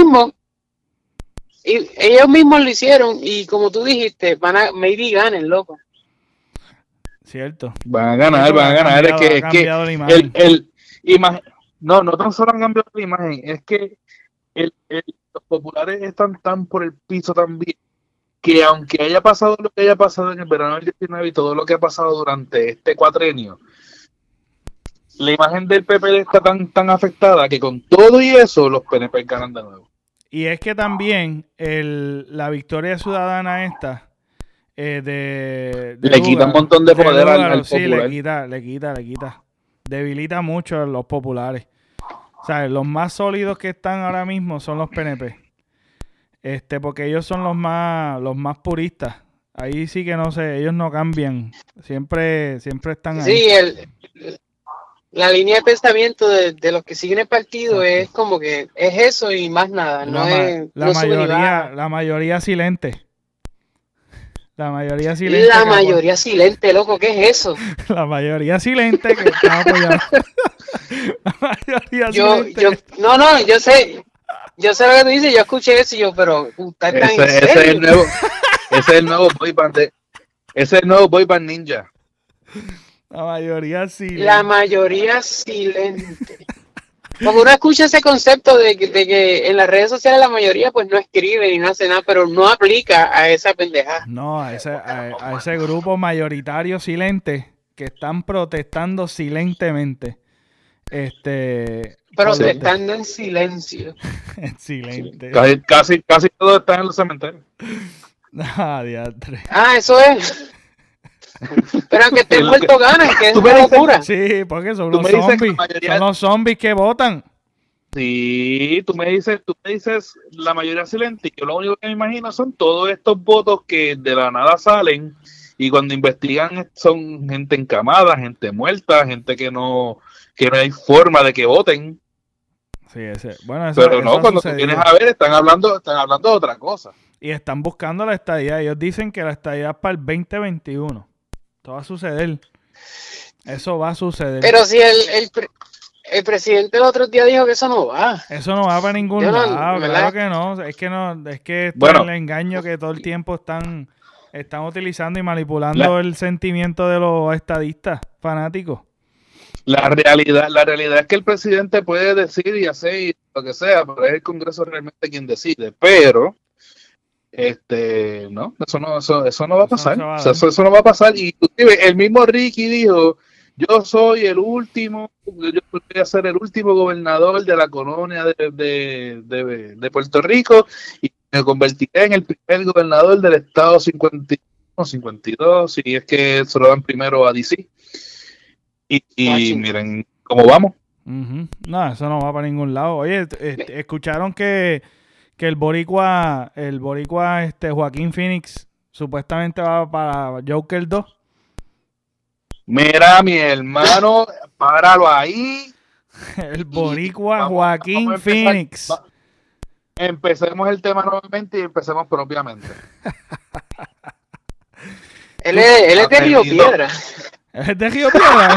ellos mismos lo hicieron y como tú dijiste, maybe ganen, loco. Cierto. Van a ganar. Es que no tan solo han cambiado la imagen, es que los populares están tan por el piso también, que aunque haya pasado lo que haya pasado en el verano del 19 y todo lo que ha pasado durante este cuatrenio, la imagen del PP está tan afectada que con todo y eso los PNP ganan de nuevo. Y es que también la victoria ciudadana esta de le quita un montón de poder al popular. Le quita. Debilita mucho a los populares. O sea, los más sólidos que están ahora mismo son los PNP. Porque ellos son los más puristas. Ahí sí que no sé, ellos no cambian. Siempre están ahí. Sí, la línea de pensamiento de los que siguen el partido es como que es eso y más nada. La mayoría silente. La mayoría silente, loco, ¿qué es eso? La mayoría silente que está apoyando. La mayoría silente. Yo sé lo que tú dices, yo escuché eso y yo, pero ese es el nuevo boy band ese es el nuevo boy band ninja. La mayoría silente. La mayoría silente. Porque uno escucha ese concepto de que en las redes sociales la mayoría pues no escribe ni no hace nada, pero no aplica a esa pendejada. No, a ese grupo mayoritario silente que están protestando silentemente. Protestando en silencio. En silente. Casi todos están en los cementerios. Diantre. Eso es. Pero aunque estén muertos ganan, que es una locura. Sí, porque son los zombies. Son los zombies que votan. Sí, tú me dices la mayoría silente, y yo lo único que me imagino son todos estos votos que de la nada salen y cuando investigan son gente encamada, gente muerta, gente que no hay forma de que voten. Sí, pero no, cuando tú vienes a ver, están hablando de otra cosa. Y están buscando la estadidad. Ellos dicen que la estadidad es para el 2021. Esto va a suceder. Eso va a suceder. Pero si el presidente el otro día dijo que eso no va. Eso no va para ningún lado. Claro que no. Es que esto es el engaño que todo el tiempo están utilizando y manipulando el sentimiento de los estadistas fanáticos. La realidad es que el presidente puede decir y hacer lo que sea, pero es el Congreso realmente quien decide. Pero no, eso no va a pasar. Eso no va a pasar. Y el mismo Ricky dijo: yo soy el último, yo voy a ser el último gobernador de la colonia de Puerto Rico y me convertiré en el primer gobernador del estado 51, 52, si es que se lo dan primero a DC. Y miren cómo vamos. Uh-huh. No, eso no va para ningún lado. Oye, escucharon que el boricua Joaquín Phoenix supuestamente va para Joker 2. Mira, mi hermano, páralo ahí. El boricua Joaquín Phoenix. Empecemos el tema nuevamente y empecemos propiamente. Él es de Río Piedra. ¿Es de Río Piedra?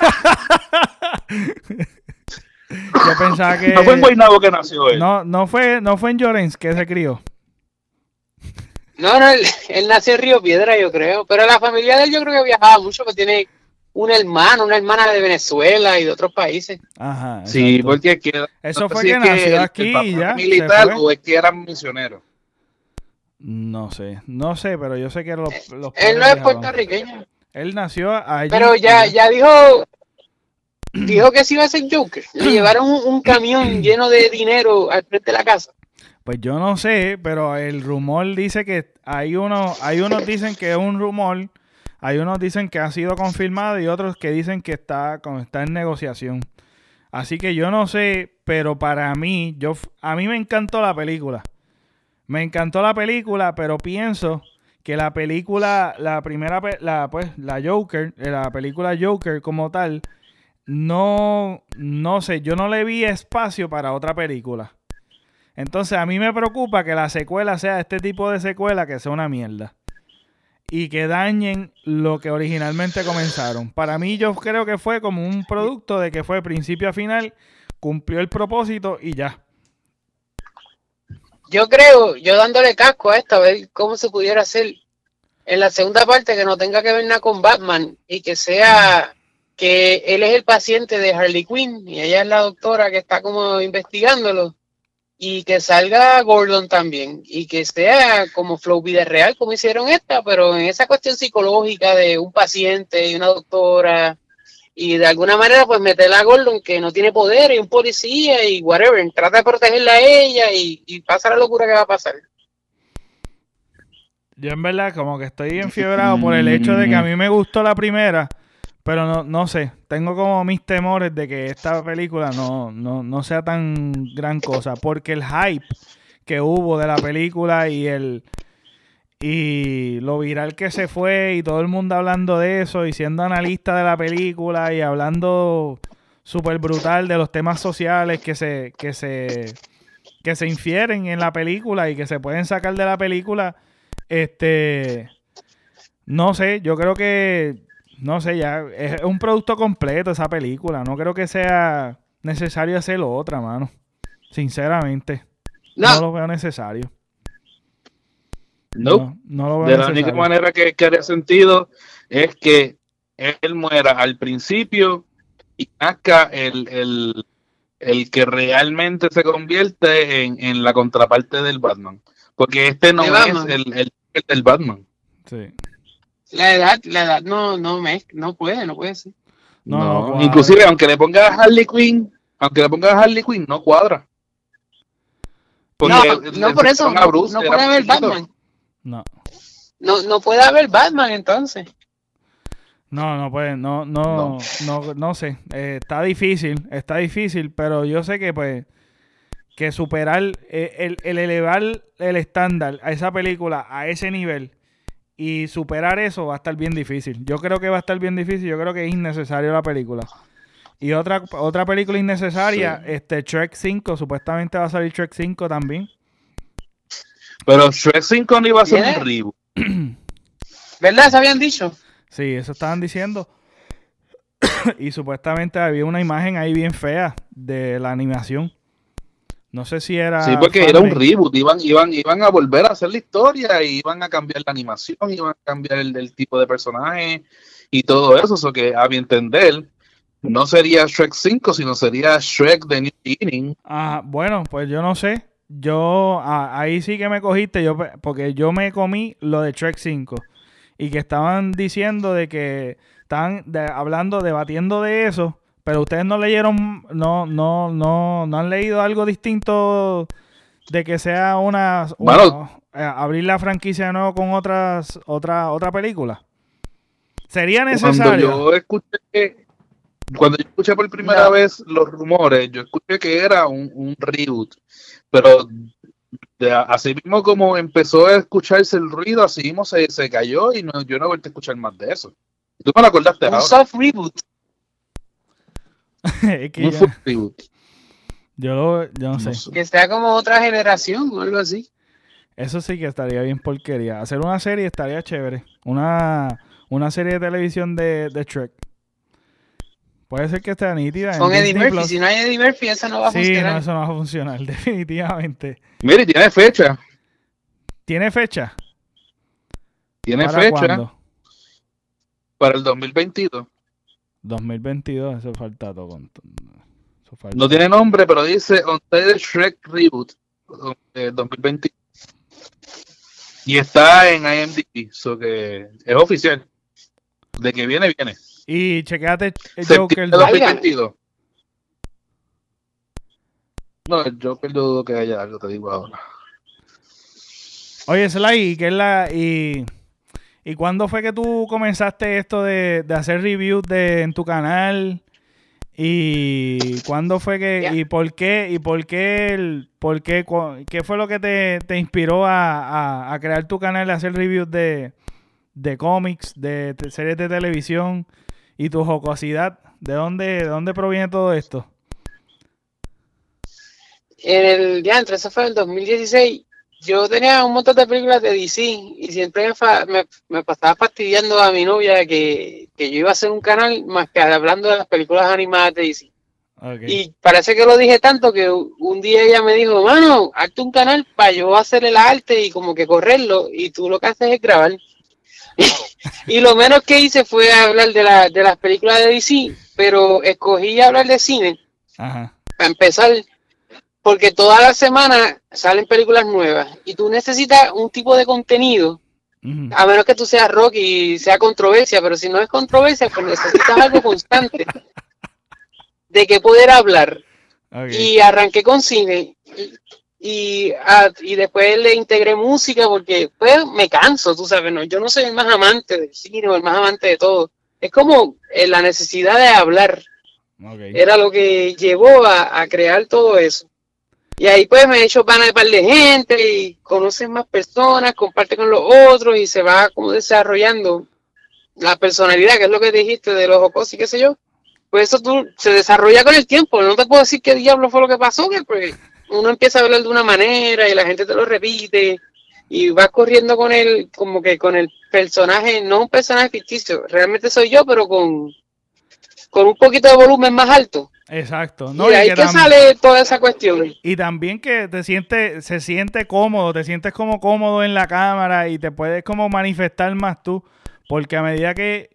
Yo pensaba que... No fue en Guaynabo que nació él. No fue en Llorens que se crió. No, él nació en Río Piedra, yo creo. Pero la familia de él yo creo que viajaba mucho, que tiene una hermana de Venezuela y de otros países. Ajá. Sí, exacto. porque eso fue que nació aquí y ya. ¿Militar o es que eran misioneros? No sé, pero yo sé que los él no es puertorriqueño. Él nació allí. Pero ya dijo que sí iba a ser Joker. Le llevaron un camión lleno de dinero al frente de la casa. Pues yo no sé, pero el rumor dice que hay unos dicen que es un rumor, hay unos dicen que ha sido confirmado y otros que dicen que está en negociación. Así que yo no sé, pero para mí, a mí me encantó la película. Me encantó la película, pero pienso que la película, la Joker, la película Joker como tal, no sé, yo no le vi espacio para otra película. Entonces a mí me preocupa que la secuela sea este tipo de secuela que sea una mierda. Y que dañen lo que originalmente comenzaron. Para mí yo creo que fue como un producto de que fue principio a final, cumplió el propósito y ya. Yo creo, yo dándole casco a esto, a ver cómo se pudiera hacer en la segunda parte que no tenga que ver nada con Batman y que sea que él es el paciente de Harley Quinn y ella es la doctora que está como investigándolo y que salga Gordon también y que sea como Flow Vida Real como hicieron esta, pero en esa cuestión psicológica de un paciente y una doctora y de alguna manera pues meterla a Gordon que no tiene poder y un policía y whatever, trata de protegerla a ella y pasa la locura que va a pasar. Yo en verdad como que estoy enfiebrado por el hecho de que a mí me gustó la primera, pero no sé, tengo como mis temores de que esta película no sea tan gran cosa, porque el hype que hubo de la película y lo viral que se fue y todo el mundo hablando de eso y siendo analista de la película y hablando súper brutal de los temas sociales que se infieren en la película y que se pueden sacar de la película, no sé, yo creo que no sé, ya es un producto completo esa película, no creo que sea necesario hacer otra, mano, sinceramente no lo veo necesario. No lo veo de la necesario. única manera que haría sentido es que él muera al principio y nazca el que realmente se convierte en la contraparte del Batman, porque este no es el del Batman. Sí. La edad no puede ser. No, inclusive aunque le pongas a Harley Quinn, no cuadra. Porque no por eso no puede haber Batman. No puede haber Batman entonces. No puede, no sé. Está difícil, pero yo sé que pues que superar el elevar el estándar a esa película a ese nivel y superar eso va a estar bien difícil. Yo creo que va a estar bien difícil, yo creo que es innecesario la película. Y otra película innecesaria, sí. Shrek 5, supuestamente va a salir Shrek 5 también. Pero Shrek 5 no iba a ser un reboot. ¿Verdad? ¿Se habían dicho? Sí, eso estaban diciendo. Y supuestamente había una imagen ahí bien fea de la animación. No sé si era... Sí, porque era un reboot. Iban a volver a hacer la historia, y iban a cambiar la animación, iban a cambiar el tipo de personaje y todo eso. Eso que, a mi entender, no sería Shrek 5, sino sería Shrek The New Beginning. Bueno, pues yo no sé. Ahí sí que me cogiste, porque yo me comí lo de Shrek 5. Y que estaban diciendo de que estaban debatiendo de eso, pero ustedes no leyeron, no han leído algo distinto de que sea abrir la franquicia de nuevo con otra película. ¿Sería necesario? Cuando yo escuché por primera vez los rumores, yo escuché que era un reboot, pero así mismo como empezó a escucharse el ruido, así mismo se cayó y yo no he vuelto a escuchar más de eso. ¿Tú me lo acordaste ahora? Un soft reboot. Es que un full reboot. Yo no sé. Que sea como otra generación o algo así. Eso sí que estaría bien porquería. Hacer una serie estaría chévere. Una serie de televisión de Shrek. Puede ser que esté nítida. Con Eddie Murphy. Si no hay Eddie Murphy, eso no va a funcionar. Sí, no, eso no va a funcionar, definitivamente. Mire, tiene fecha. ¿Tiene fecha? ¿Tiene ¿Para fecha? cuándo? Para el 2022. 2022, eso falta todo. No tiene nombre, pero dice Untitled Shrek Reboot 2022. Y está en IMDb, so que es oficial. De que viene. Y chequéate el Joker 2022. No, el Joker dudo que haya algo, te digo ahora. Oye, Sly, ¿y cuándo fue que tú comenzaste esto de hacer reviews en tu canal? ¿Y cuándo fue que, y por qué, qué fue lo que te inspiró a crear tu canal, a hacer reviews de cómics, de series de televisión y tu jocosidad? ¿De dónde proviene todo esto? Entre eso fue en el 2016. Yo tenía un montón de películas de DC y siempre me pasaba fastidiando a mi novia que yo iba a hacer un canal más que hablando de las películas animadas de DC. Okay. Y parece que lo dije tanto que un día ella me dijo, mano, hazte un canal para yo hacer el arte y como que correrlo, y tú lo que haces es grabar. Y lo menos que hice fue hablar de las películas de DC, pero escogí hablar de cine. Ajá. Para empezar, porque toda la semana salen películas nuevas y tú necesitas un tipo de contenido, a menos que tú seas rock y sea controversia, pero si no es controversia, pues necesitas algo constante de que poder hablar. Okay. Y arranqué con cine y después le integré música porque pues me canso, tú sabes, ¿no? Yo no soy el más amante del cine o el más amante de todo. Es como la necesidad de hablar. Okay. Era lo que llevó a crear todo eso. Y ahí pues me he hecho pana de par de gente y conoces más personas, comparte con los otros y se va como desarrollando la personalidad, que es lo que dijiste de los jocos y qué sé yo. Pues eso se desarrolla con el tiempo. No te puedo decir qué diablo fue lo que pasó, que pues uno empieza a hablar de una manera y la gente te lo repite y vas corriendo con él, como que con el personaje, no un personaje ficticio, realmente soy yo, pero con un poquito de volumen más alto. Exacto. No, y ahí que sale toda esa cuestión. Y también que se siente cómodo, te sientes como cómodo en la cámara y te puedes como manifestar más tú, porque a medida que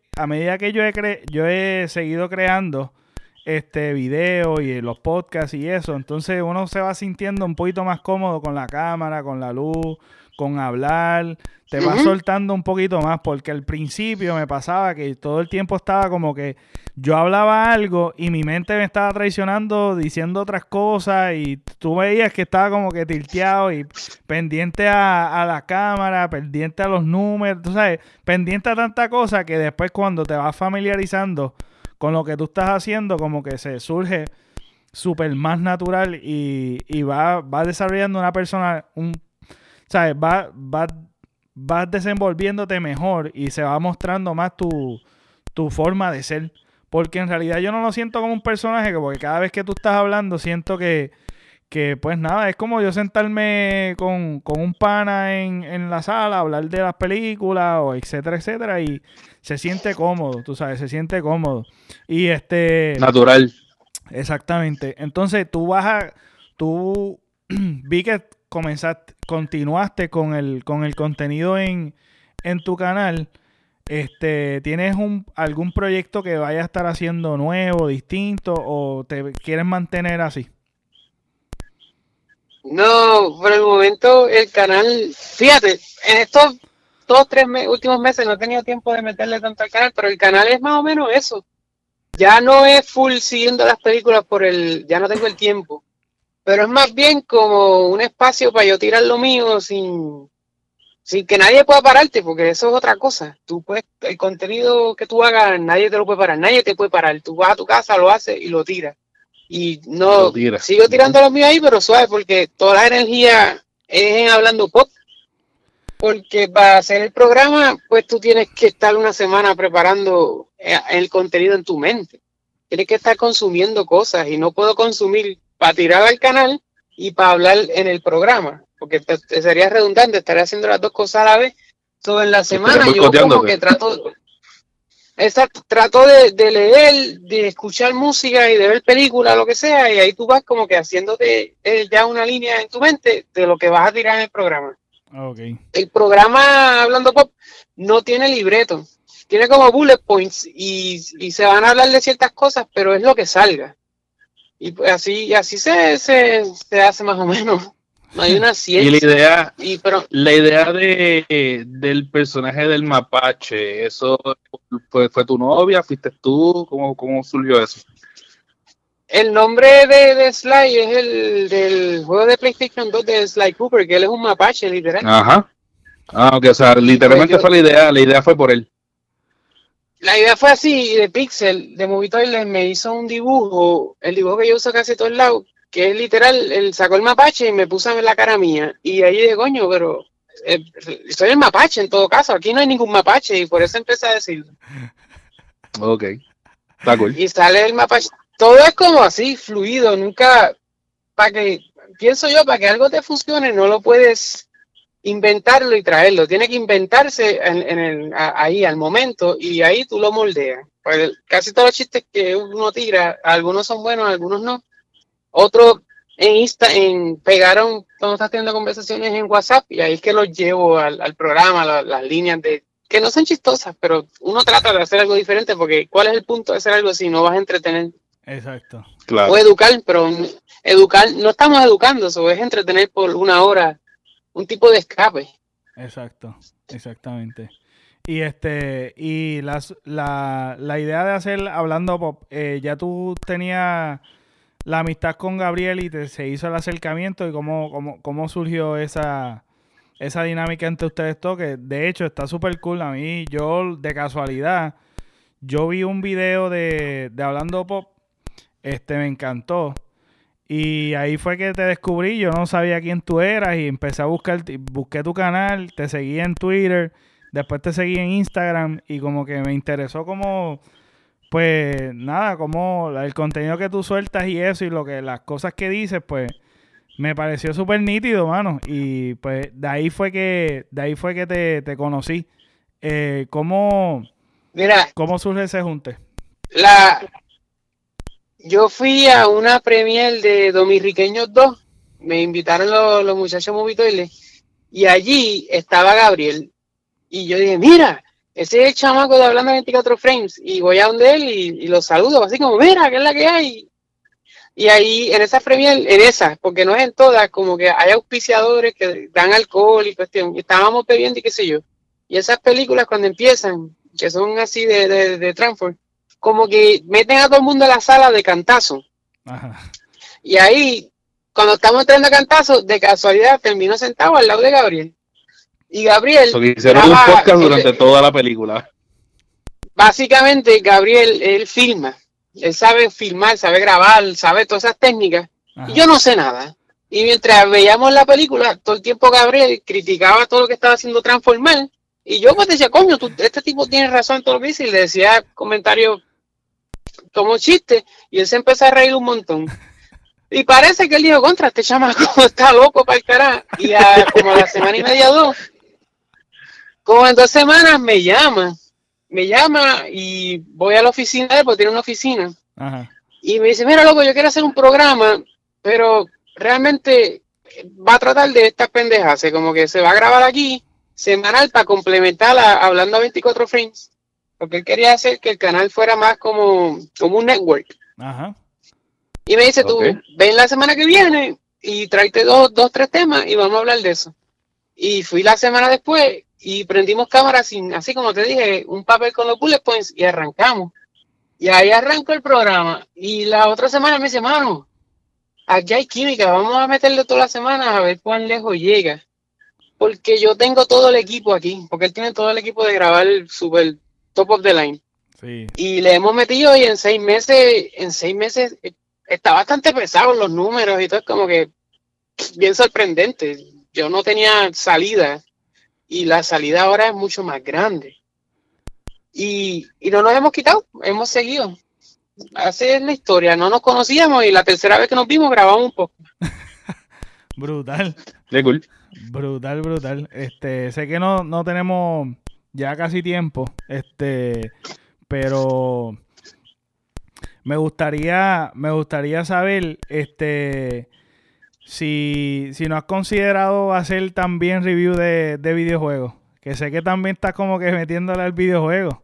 yo he seguido creando videos y los podcasts y eso, entonces uno se va sintiendo un poquito más cómodo con la cámara, con la luz, con hablar, te vas soltando un poquito más, porque al principio me pasaba que todo el tiempo estaba como que yo hablaba algo y mi mente me estaba traicionando diciendo otras cosas y tú veías que estaba como que tilteado y pendiente a la cámara, pendiente a los números, tú sabes, pendiente a tanta cosa que después cuando te vas familiarizando con lo que tú estás haciendo, como que se surge súper más natural y va desarrollando una persona, ¿sabes? Vas desenvolviéndote mejor y se va mostrando más tu forma de ser. Porque en realidad yo no lo siento como un personaje, porque cada vez que tú estás hablando siento que pues nada, es como yo sentarme con un pana en la sala, hablar de las películas, o etcétera, y se siente cómodo, tú sabes, se siente cómodo. Y natural. Exactamente. Entonces tú vi que continuaste con el contenido en tu canal. ¿Tienes algún proyecto que vayas a estar haciendo nuevo, distinto, o te quieres mantener así? No, por el momento el canal, fíjate, en estos 2-3 últimos meses no he tenido tiempo de meterle tanto al canal, pero el canal es más o menos eso. Ya no es full siguiendo las películas ya no tengo el tiempo, pero es más bien como un espacio para yo tirar lo mío sin que nadie pueda pararte, porque eso es otra cosa. El contenido que tú hagas, nadie te lo puede parar, nadie te puede parar. Tú vas a tu casa, lo haces y lo tiras. Y no, sigo tirando lo mío ahí, pero suave, porque toda la energía es en hablando pop. Porque para hacer el programa, pues tú tienes que estar una semana preparando el contenido en tu mente. Tienes que estar consumiendo cosas y no puedo consumir para tirar al canal y para hablar en el programa, porque te sería redundante, estaría haciendo las dos cosas a la vez. Todo en la semana yo como que trato de leer, de escuchar música y de ver películas, lo que sea, y ahí tú vas como que haciéndote ya una línea en tu mente de lo que vas a tirar en el programa. Okay. El programa Hablando Pop no tiene libreto, tiene como bullet points y se van a hablar de ciertas cosas, pero es lo que salga. Y pues así se hace más o menos. No hay una ciencia. Y la idea del personaje del mapache, ¿eso fue tu novia? ¿Fuiste tú? ¿Cómo surgió eso? El nombre de Sly es el del juego de PlayStation 2 de Sly Cooper, que él es un mapache, literal. Ajá. Ah, ok, o sea, literalmente pues fue la idea fue por él. La idea fue así, de Pixel, de Movie Toilet, me hizo un dibujo, el dibujo que yo uso casi todos lados, que es literal, él sacó el mapache y me puso en la cara mía. Y ahí de coño, pero soy el mapache en todo caso, aquí no hay ningún mapache y por eso empecé a decirlo. Ok, está cool. Y sale el mapache, todo es como así, fluido, nunca, pienso yo, para que algo te funcione no lo puedes inventarlo y traerlo, tiene que inventarse ahí al momento y ahí tú lo moldeas. Pues casi todos los chistes que uno tira, algunos son buenos, algunos no. Otros pegaron cuando estás teniendo conversaciones en WhatsApp y ahí es que los llevo al programa, las líneas de que no son chistosas, pero uno trata de hacer algo diferente porque ¿cuál es el punto de hacer algo si no vas a entretener? Exacto. Claro. O educar, pero educar, no estamos educando, eso es entretener por una hora, un tipo de escape. Exacto, exactamente. Y la idea de hacer Hablando Pop, ya tú tenías la amistad con Gabriel y se hizo el acercamiento y cómo surgió esa dinámica entre ustedes dos, que de hecho está súper cool. A mí, yo de casualidad, yo vi un video de Hablando Pop, me encantó. Y ahí fue que te descubrí, yo no sabía quién tú eras y empecé a busqué tu canal, te seguí en Twitter, después te seguí en Instagram y como que me interesó como, pues nada, como el contenido que tú sueltas y eso y las cosas que dices, pues me pareció súper nítido, mano. Y pues de ahí fue que te conocí. ¿Cómo surge ese junte? Yo fui a una premier de Dominiqueños 2, me invitaron los muchachos Movie Toilet, y allí estaba Gabriel, y yo dije, mira, ese es el chamaco de Hablando 24 Frames, y voy a donde él y lo saludo, así como, mira, ¿qué es la que hay? Y ahí, en esa premier, porque no es en todas, como que hay auspiciadores que dan alcohol y cuestión, y estábamos bebiendo y qué sé yo, y esas películas cuando empiezan, que son así de Transform, como que meten a todo el mundo a la sala de cantazo. Ajá. Y ahí, cuando estamos entrando a cantazo, de casualidad termino sentado al lado de Gabriel. Y Gabriel... hicieron un podcast durante toda la película. Básicamente, Gabriel, él filma. Él sabe filmar, sabe grabar, sabe todas esas técnicas. Ajá. Y yo no sé nada. Y mientras veíamos la película, todo el tiempo Gabriel criticaba todo lo que estaba haciendo Transformar. Y yo pues decía, coño, este tipo tiene razón en todo lo que dice. Y le decía comentarios como chiste, y él se empezó a reír un montón. Y parece que él dijo, contra, este chamaco está loco para el carajo. Y como a la semana y media, 2, como en 2 semanas me llama y voy a la oficina de él, porque tiene una oficina. Ajá. Y me dice, mira, loco, yo quiero hacer un programa, pero realmente va a tratar de estas pendejas, como que se va a grabar aquí, semanal, para complementar Hablando a 24 Frames. Porque él quería hacer que el canal fuera más como un network. Ajá. Y me dice, tú ven la semana que viene y tráete 3 temas y vamos a hablar de eso. Y fui la semana después y prendimos cámara así como te dije, un papel con los bullet points y arrancamos. Y ahí arrancó el programa. Y la otra semana me dice, mano, aquí hay química, vamos a meterle toda la semana a ver cuán lejos llega. Porque yo tengo todo el equipo aquí, porque él tiene todo el equipo de grabar el super top of the line. Sí. Y le hemos metido y en 6 meses está bastante pesado los números y todo, es como que bien sorprendente. Yo no tenía salida y la salida ahora es mucho más grande. Y no nos hemos quitado, hemos seguido. Así es la historia, no nos conocíamos y la tercera vez que nos vimos grabamos un poco. Brutal. Qué cool. Brutal. Sé que no tenemos ya casi tiempo, pero me gustaría saber, si no has considerado hacer también review de videojuegos, que sé que también estás como que metiéndole al videojuego.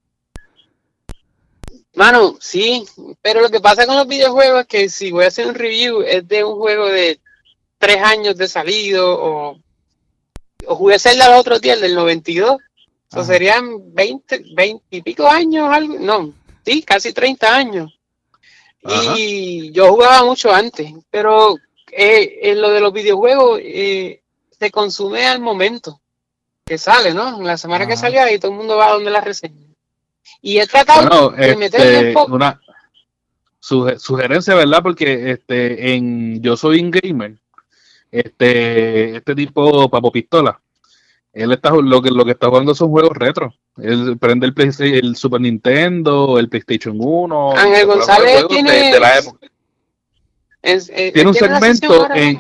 Mano, sí, pero lo que pasa con los videojuegos es que si voy a hacer un review es de un juego de 3 años de salido o jugué Zelda el otro día, el del 92. Eso serían 20 y pico años, algo. No, sí, casi 30 años. Ajá. Y yo jugaba mucho antes, pero en lo de los videojuegos se consume al momento que sale, ¿no? En la semana que salió ahí todo el mundo va a donde la reseña. Y he tratado de meterle un poco. Una sugerencia, ¿verdad? Porque en Yo Soy un Gamer, este tipo Papo Pistola, él está lo que está jugando son juegos retro. Él prende el Super Nintendo, el PlayStation 1. Ángel González tiene de la época. Tiene un segmento en...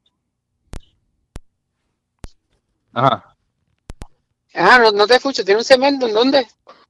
Ajá. No te escucho. ¿Tiene un segmento en dónde?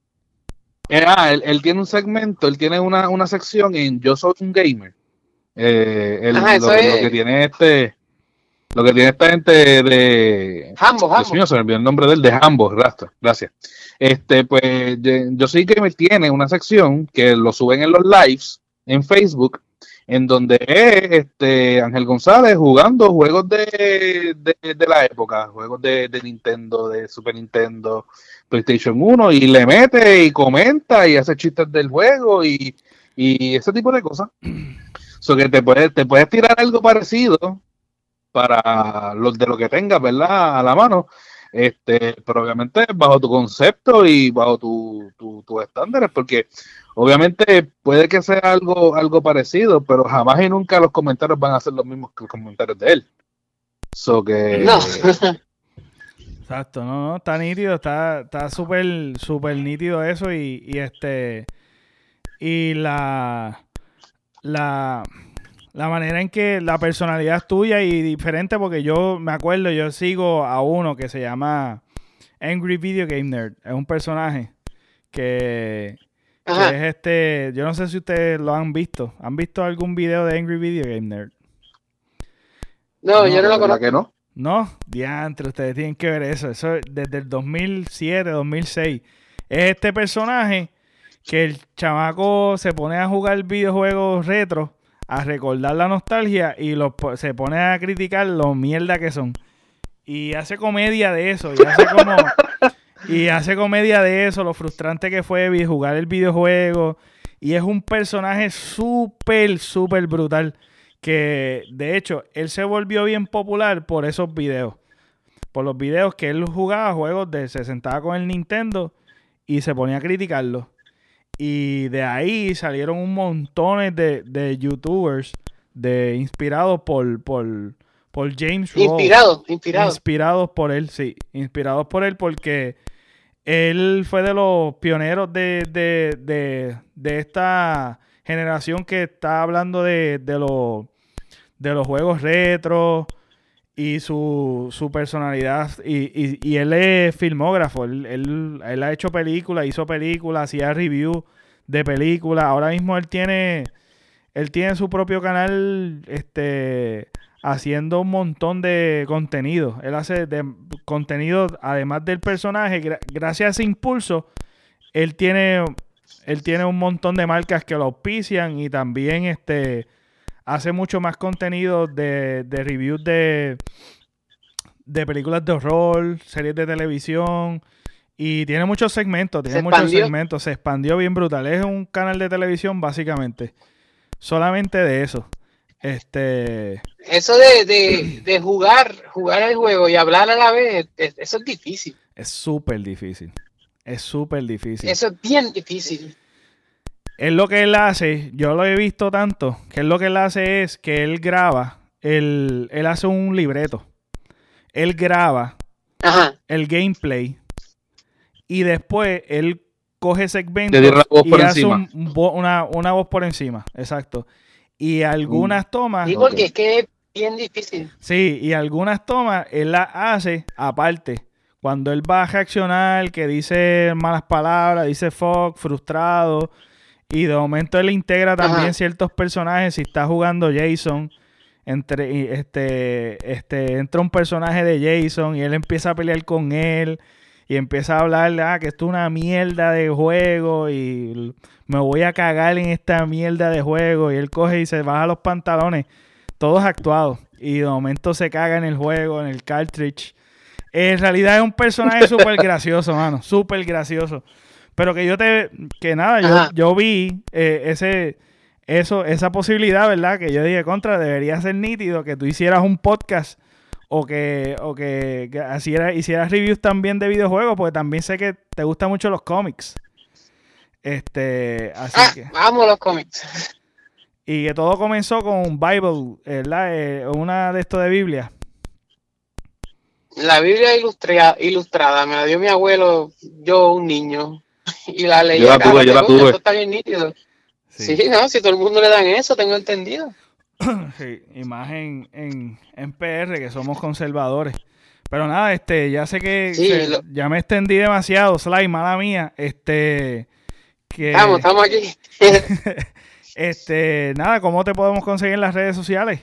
Él tiene un segmento, él tiene una sección en Yo Soy un Gamer. Lo que tiene esta gente de Hambo. Dios mío, se me olvidó el nombre de Hambo, gracias. Pues Yo Soy Gamer tiene una sección que lo suben en los lives en Facebook, en donde es Ángel González jugando juegos de la época, juegos de Nintendo, de Super Nintendo, PlayStation 1, y le mete y comenta y hace chistes del juego y ese tipo de cosas. So que te puedes tirar algo parecido para los de lo que tengas, ¿verdad? A la mano. Pero obviamente bajo tu concepto y bajo tus estándares, porque obviamente puede que sea algo parecido, pero jamás y nunca los comentarios van a ser los mismos que los comentarios de él. No. Exacto, no, está nítido, está súper nítido eso y la manera en que la personalidad es tuya y diferente, porque yo me acuerdo, yo sigo a uno que se llama Angry Video Game Nerd. Es un personaje que es yo no sé si ustedes lo han visto. ¿Han visto algún video de Angry Video Game Nerd? No, yo no lo conozco. ¿Que no? No, diantre, ustedes tienen que ver eso. Eso desde el 2007, 2006. Es este personaje que el chamaco se pone a jugar videojuegos retro, a recordar la nostalgia y se pone a criticar lo mierda que son. Y hace comedia de eso. Y hace comedia de eso, lo frustrante que fue jugar el videojuego. Y es un personaje súper brutal. Que de hecho, él se volvió bien popular por esos videos. Por los videos que él jugaba juegos se sentaba con el Nintendo y se ponía a criticarlo. Y de ahí salieron un montón de youtubers inspirados por James Rolfe. Inspirados por él, sí. Inspirados por él porque él fue de los pioneros de esta generación que está hablando de los juegos retro y su personalidad. Y él es filmógrafo. Él ha hecho películas, hizo películas, hacía review de películas. Ahora mismo él tiene su propio canal haciendo un montón de contenido. Él hace contenido además del personaje. Gracias a ese impulso, él tiene un montón de marcas que lo auspician y también hace mucho más contenido de reviews de películas de horror, series de televisión, y tiene muchos segmentos, se expandió bien brutal. Es un canal de televisión básicamente, solamente de eso. Eso de jugar el juego y hablar a la vez, eso es difícil. Es súper difícil. Eso es bien difícil. Es lo que él hace, yo lo he visto tanto, que él lo que él hace es que él graba, él hace un libreto. Él graba el gameplay y después él coge segmentos y hace una voz por encima, exacto. Y algunas tomas... Sí, porque es que es bien difícil. Sí, y algunas tomas él las hace aparte. Cuando él va a reaccionar, que dice malas palabras, dice fuck, frustrado... Y de momento él integra también ciertos personajes. Si está jugando Jason, entra un personaje de Jason y él empieza a pelear con él y empieza a hablarle, que esto es una mierda de juego y me voy a cagar en esta mierda de juego. Y él coge y se baja los pantalones, todos actuados. Y de momento se caga en el juego, en el cartridge. En realidad es un personaje súper gracioso, mano. Súper gracioso. Pero yo vi esa posibilidad, ¿verdad? Que yo dije, debería ser nítido que tú hicieras un podcast o que hicieras reviews también de videojuegos, porque también sé que te gustan mucho los cómics. Así que vamos los cómics. Y que todo comenzó con un Bible, ¿verdad? Una de esto de Biblia. La Biblia ilustrada, me la dio mi abuelo, yo un niño, y la leí. Yo la tuve. Esto está bien nítido. Sí, no, si todo el mundo le dan eso, tengo entendido. Sí, y más en PR, que somos conservadores. Pero nada, ya sé que ya me extendí demasiado, Sly, mala mía. Estamos aquí. Nada, ¿cómo te podemos conseguir en las redes sociales?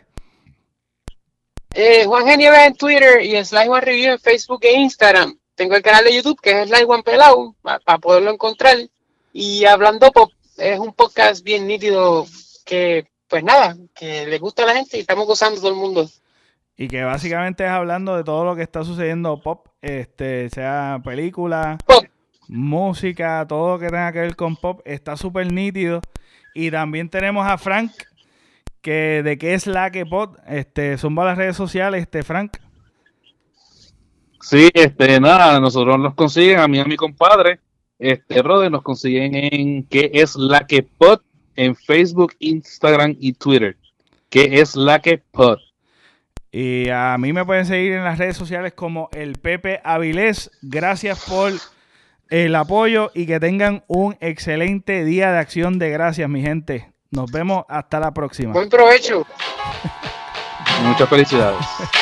Juan G. Nieves en Twitter y Sly Juan Review en Facebook e Instagram. Tengo el canal de YouTube que es Sly Juan Pelao para poderlo encontrar. Y Hablando Pop es un podcast bien nítido que, pues nada, que le gusta a la gente y estamos gozando todo el mundo. Y que básicamente es hablando de todo lo que está sucediendo pop, sea película, pop, música, todo lo que tenga que ver con pop, está súper nítido. Y también tenemos a Frank, que de qué es la que pod, zumba las redes sociales, Frank. Sí, nada, nosotros nos consiguen, a mí y a mi compadre, brother, nos consiguen en qué es la que pod, en Facebook, Instagram y Twitter. ¿Qué es la que pod? Y a mí me pueden seguir en las redes sociales como el Pepe Avilés. Gracias por el apoyo y que tengan un excelente día de acción de gracias, mi gente. Nos vemos hasta la próxima. Buen provecho. Muchas felicidades.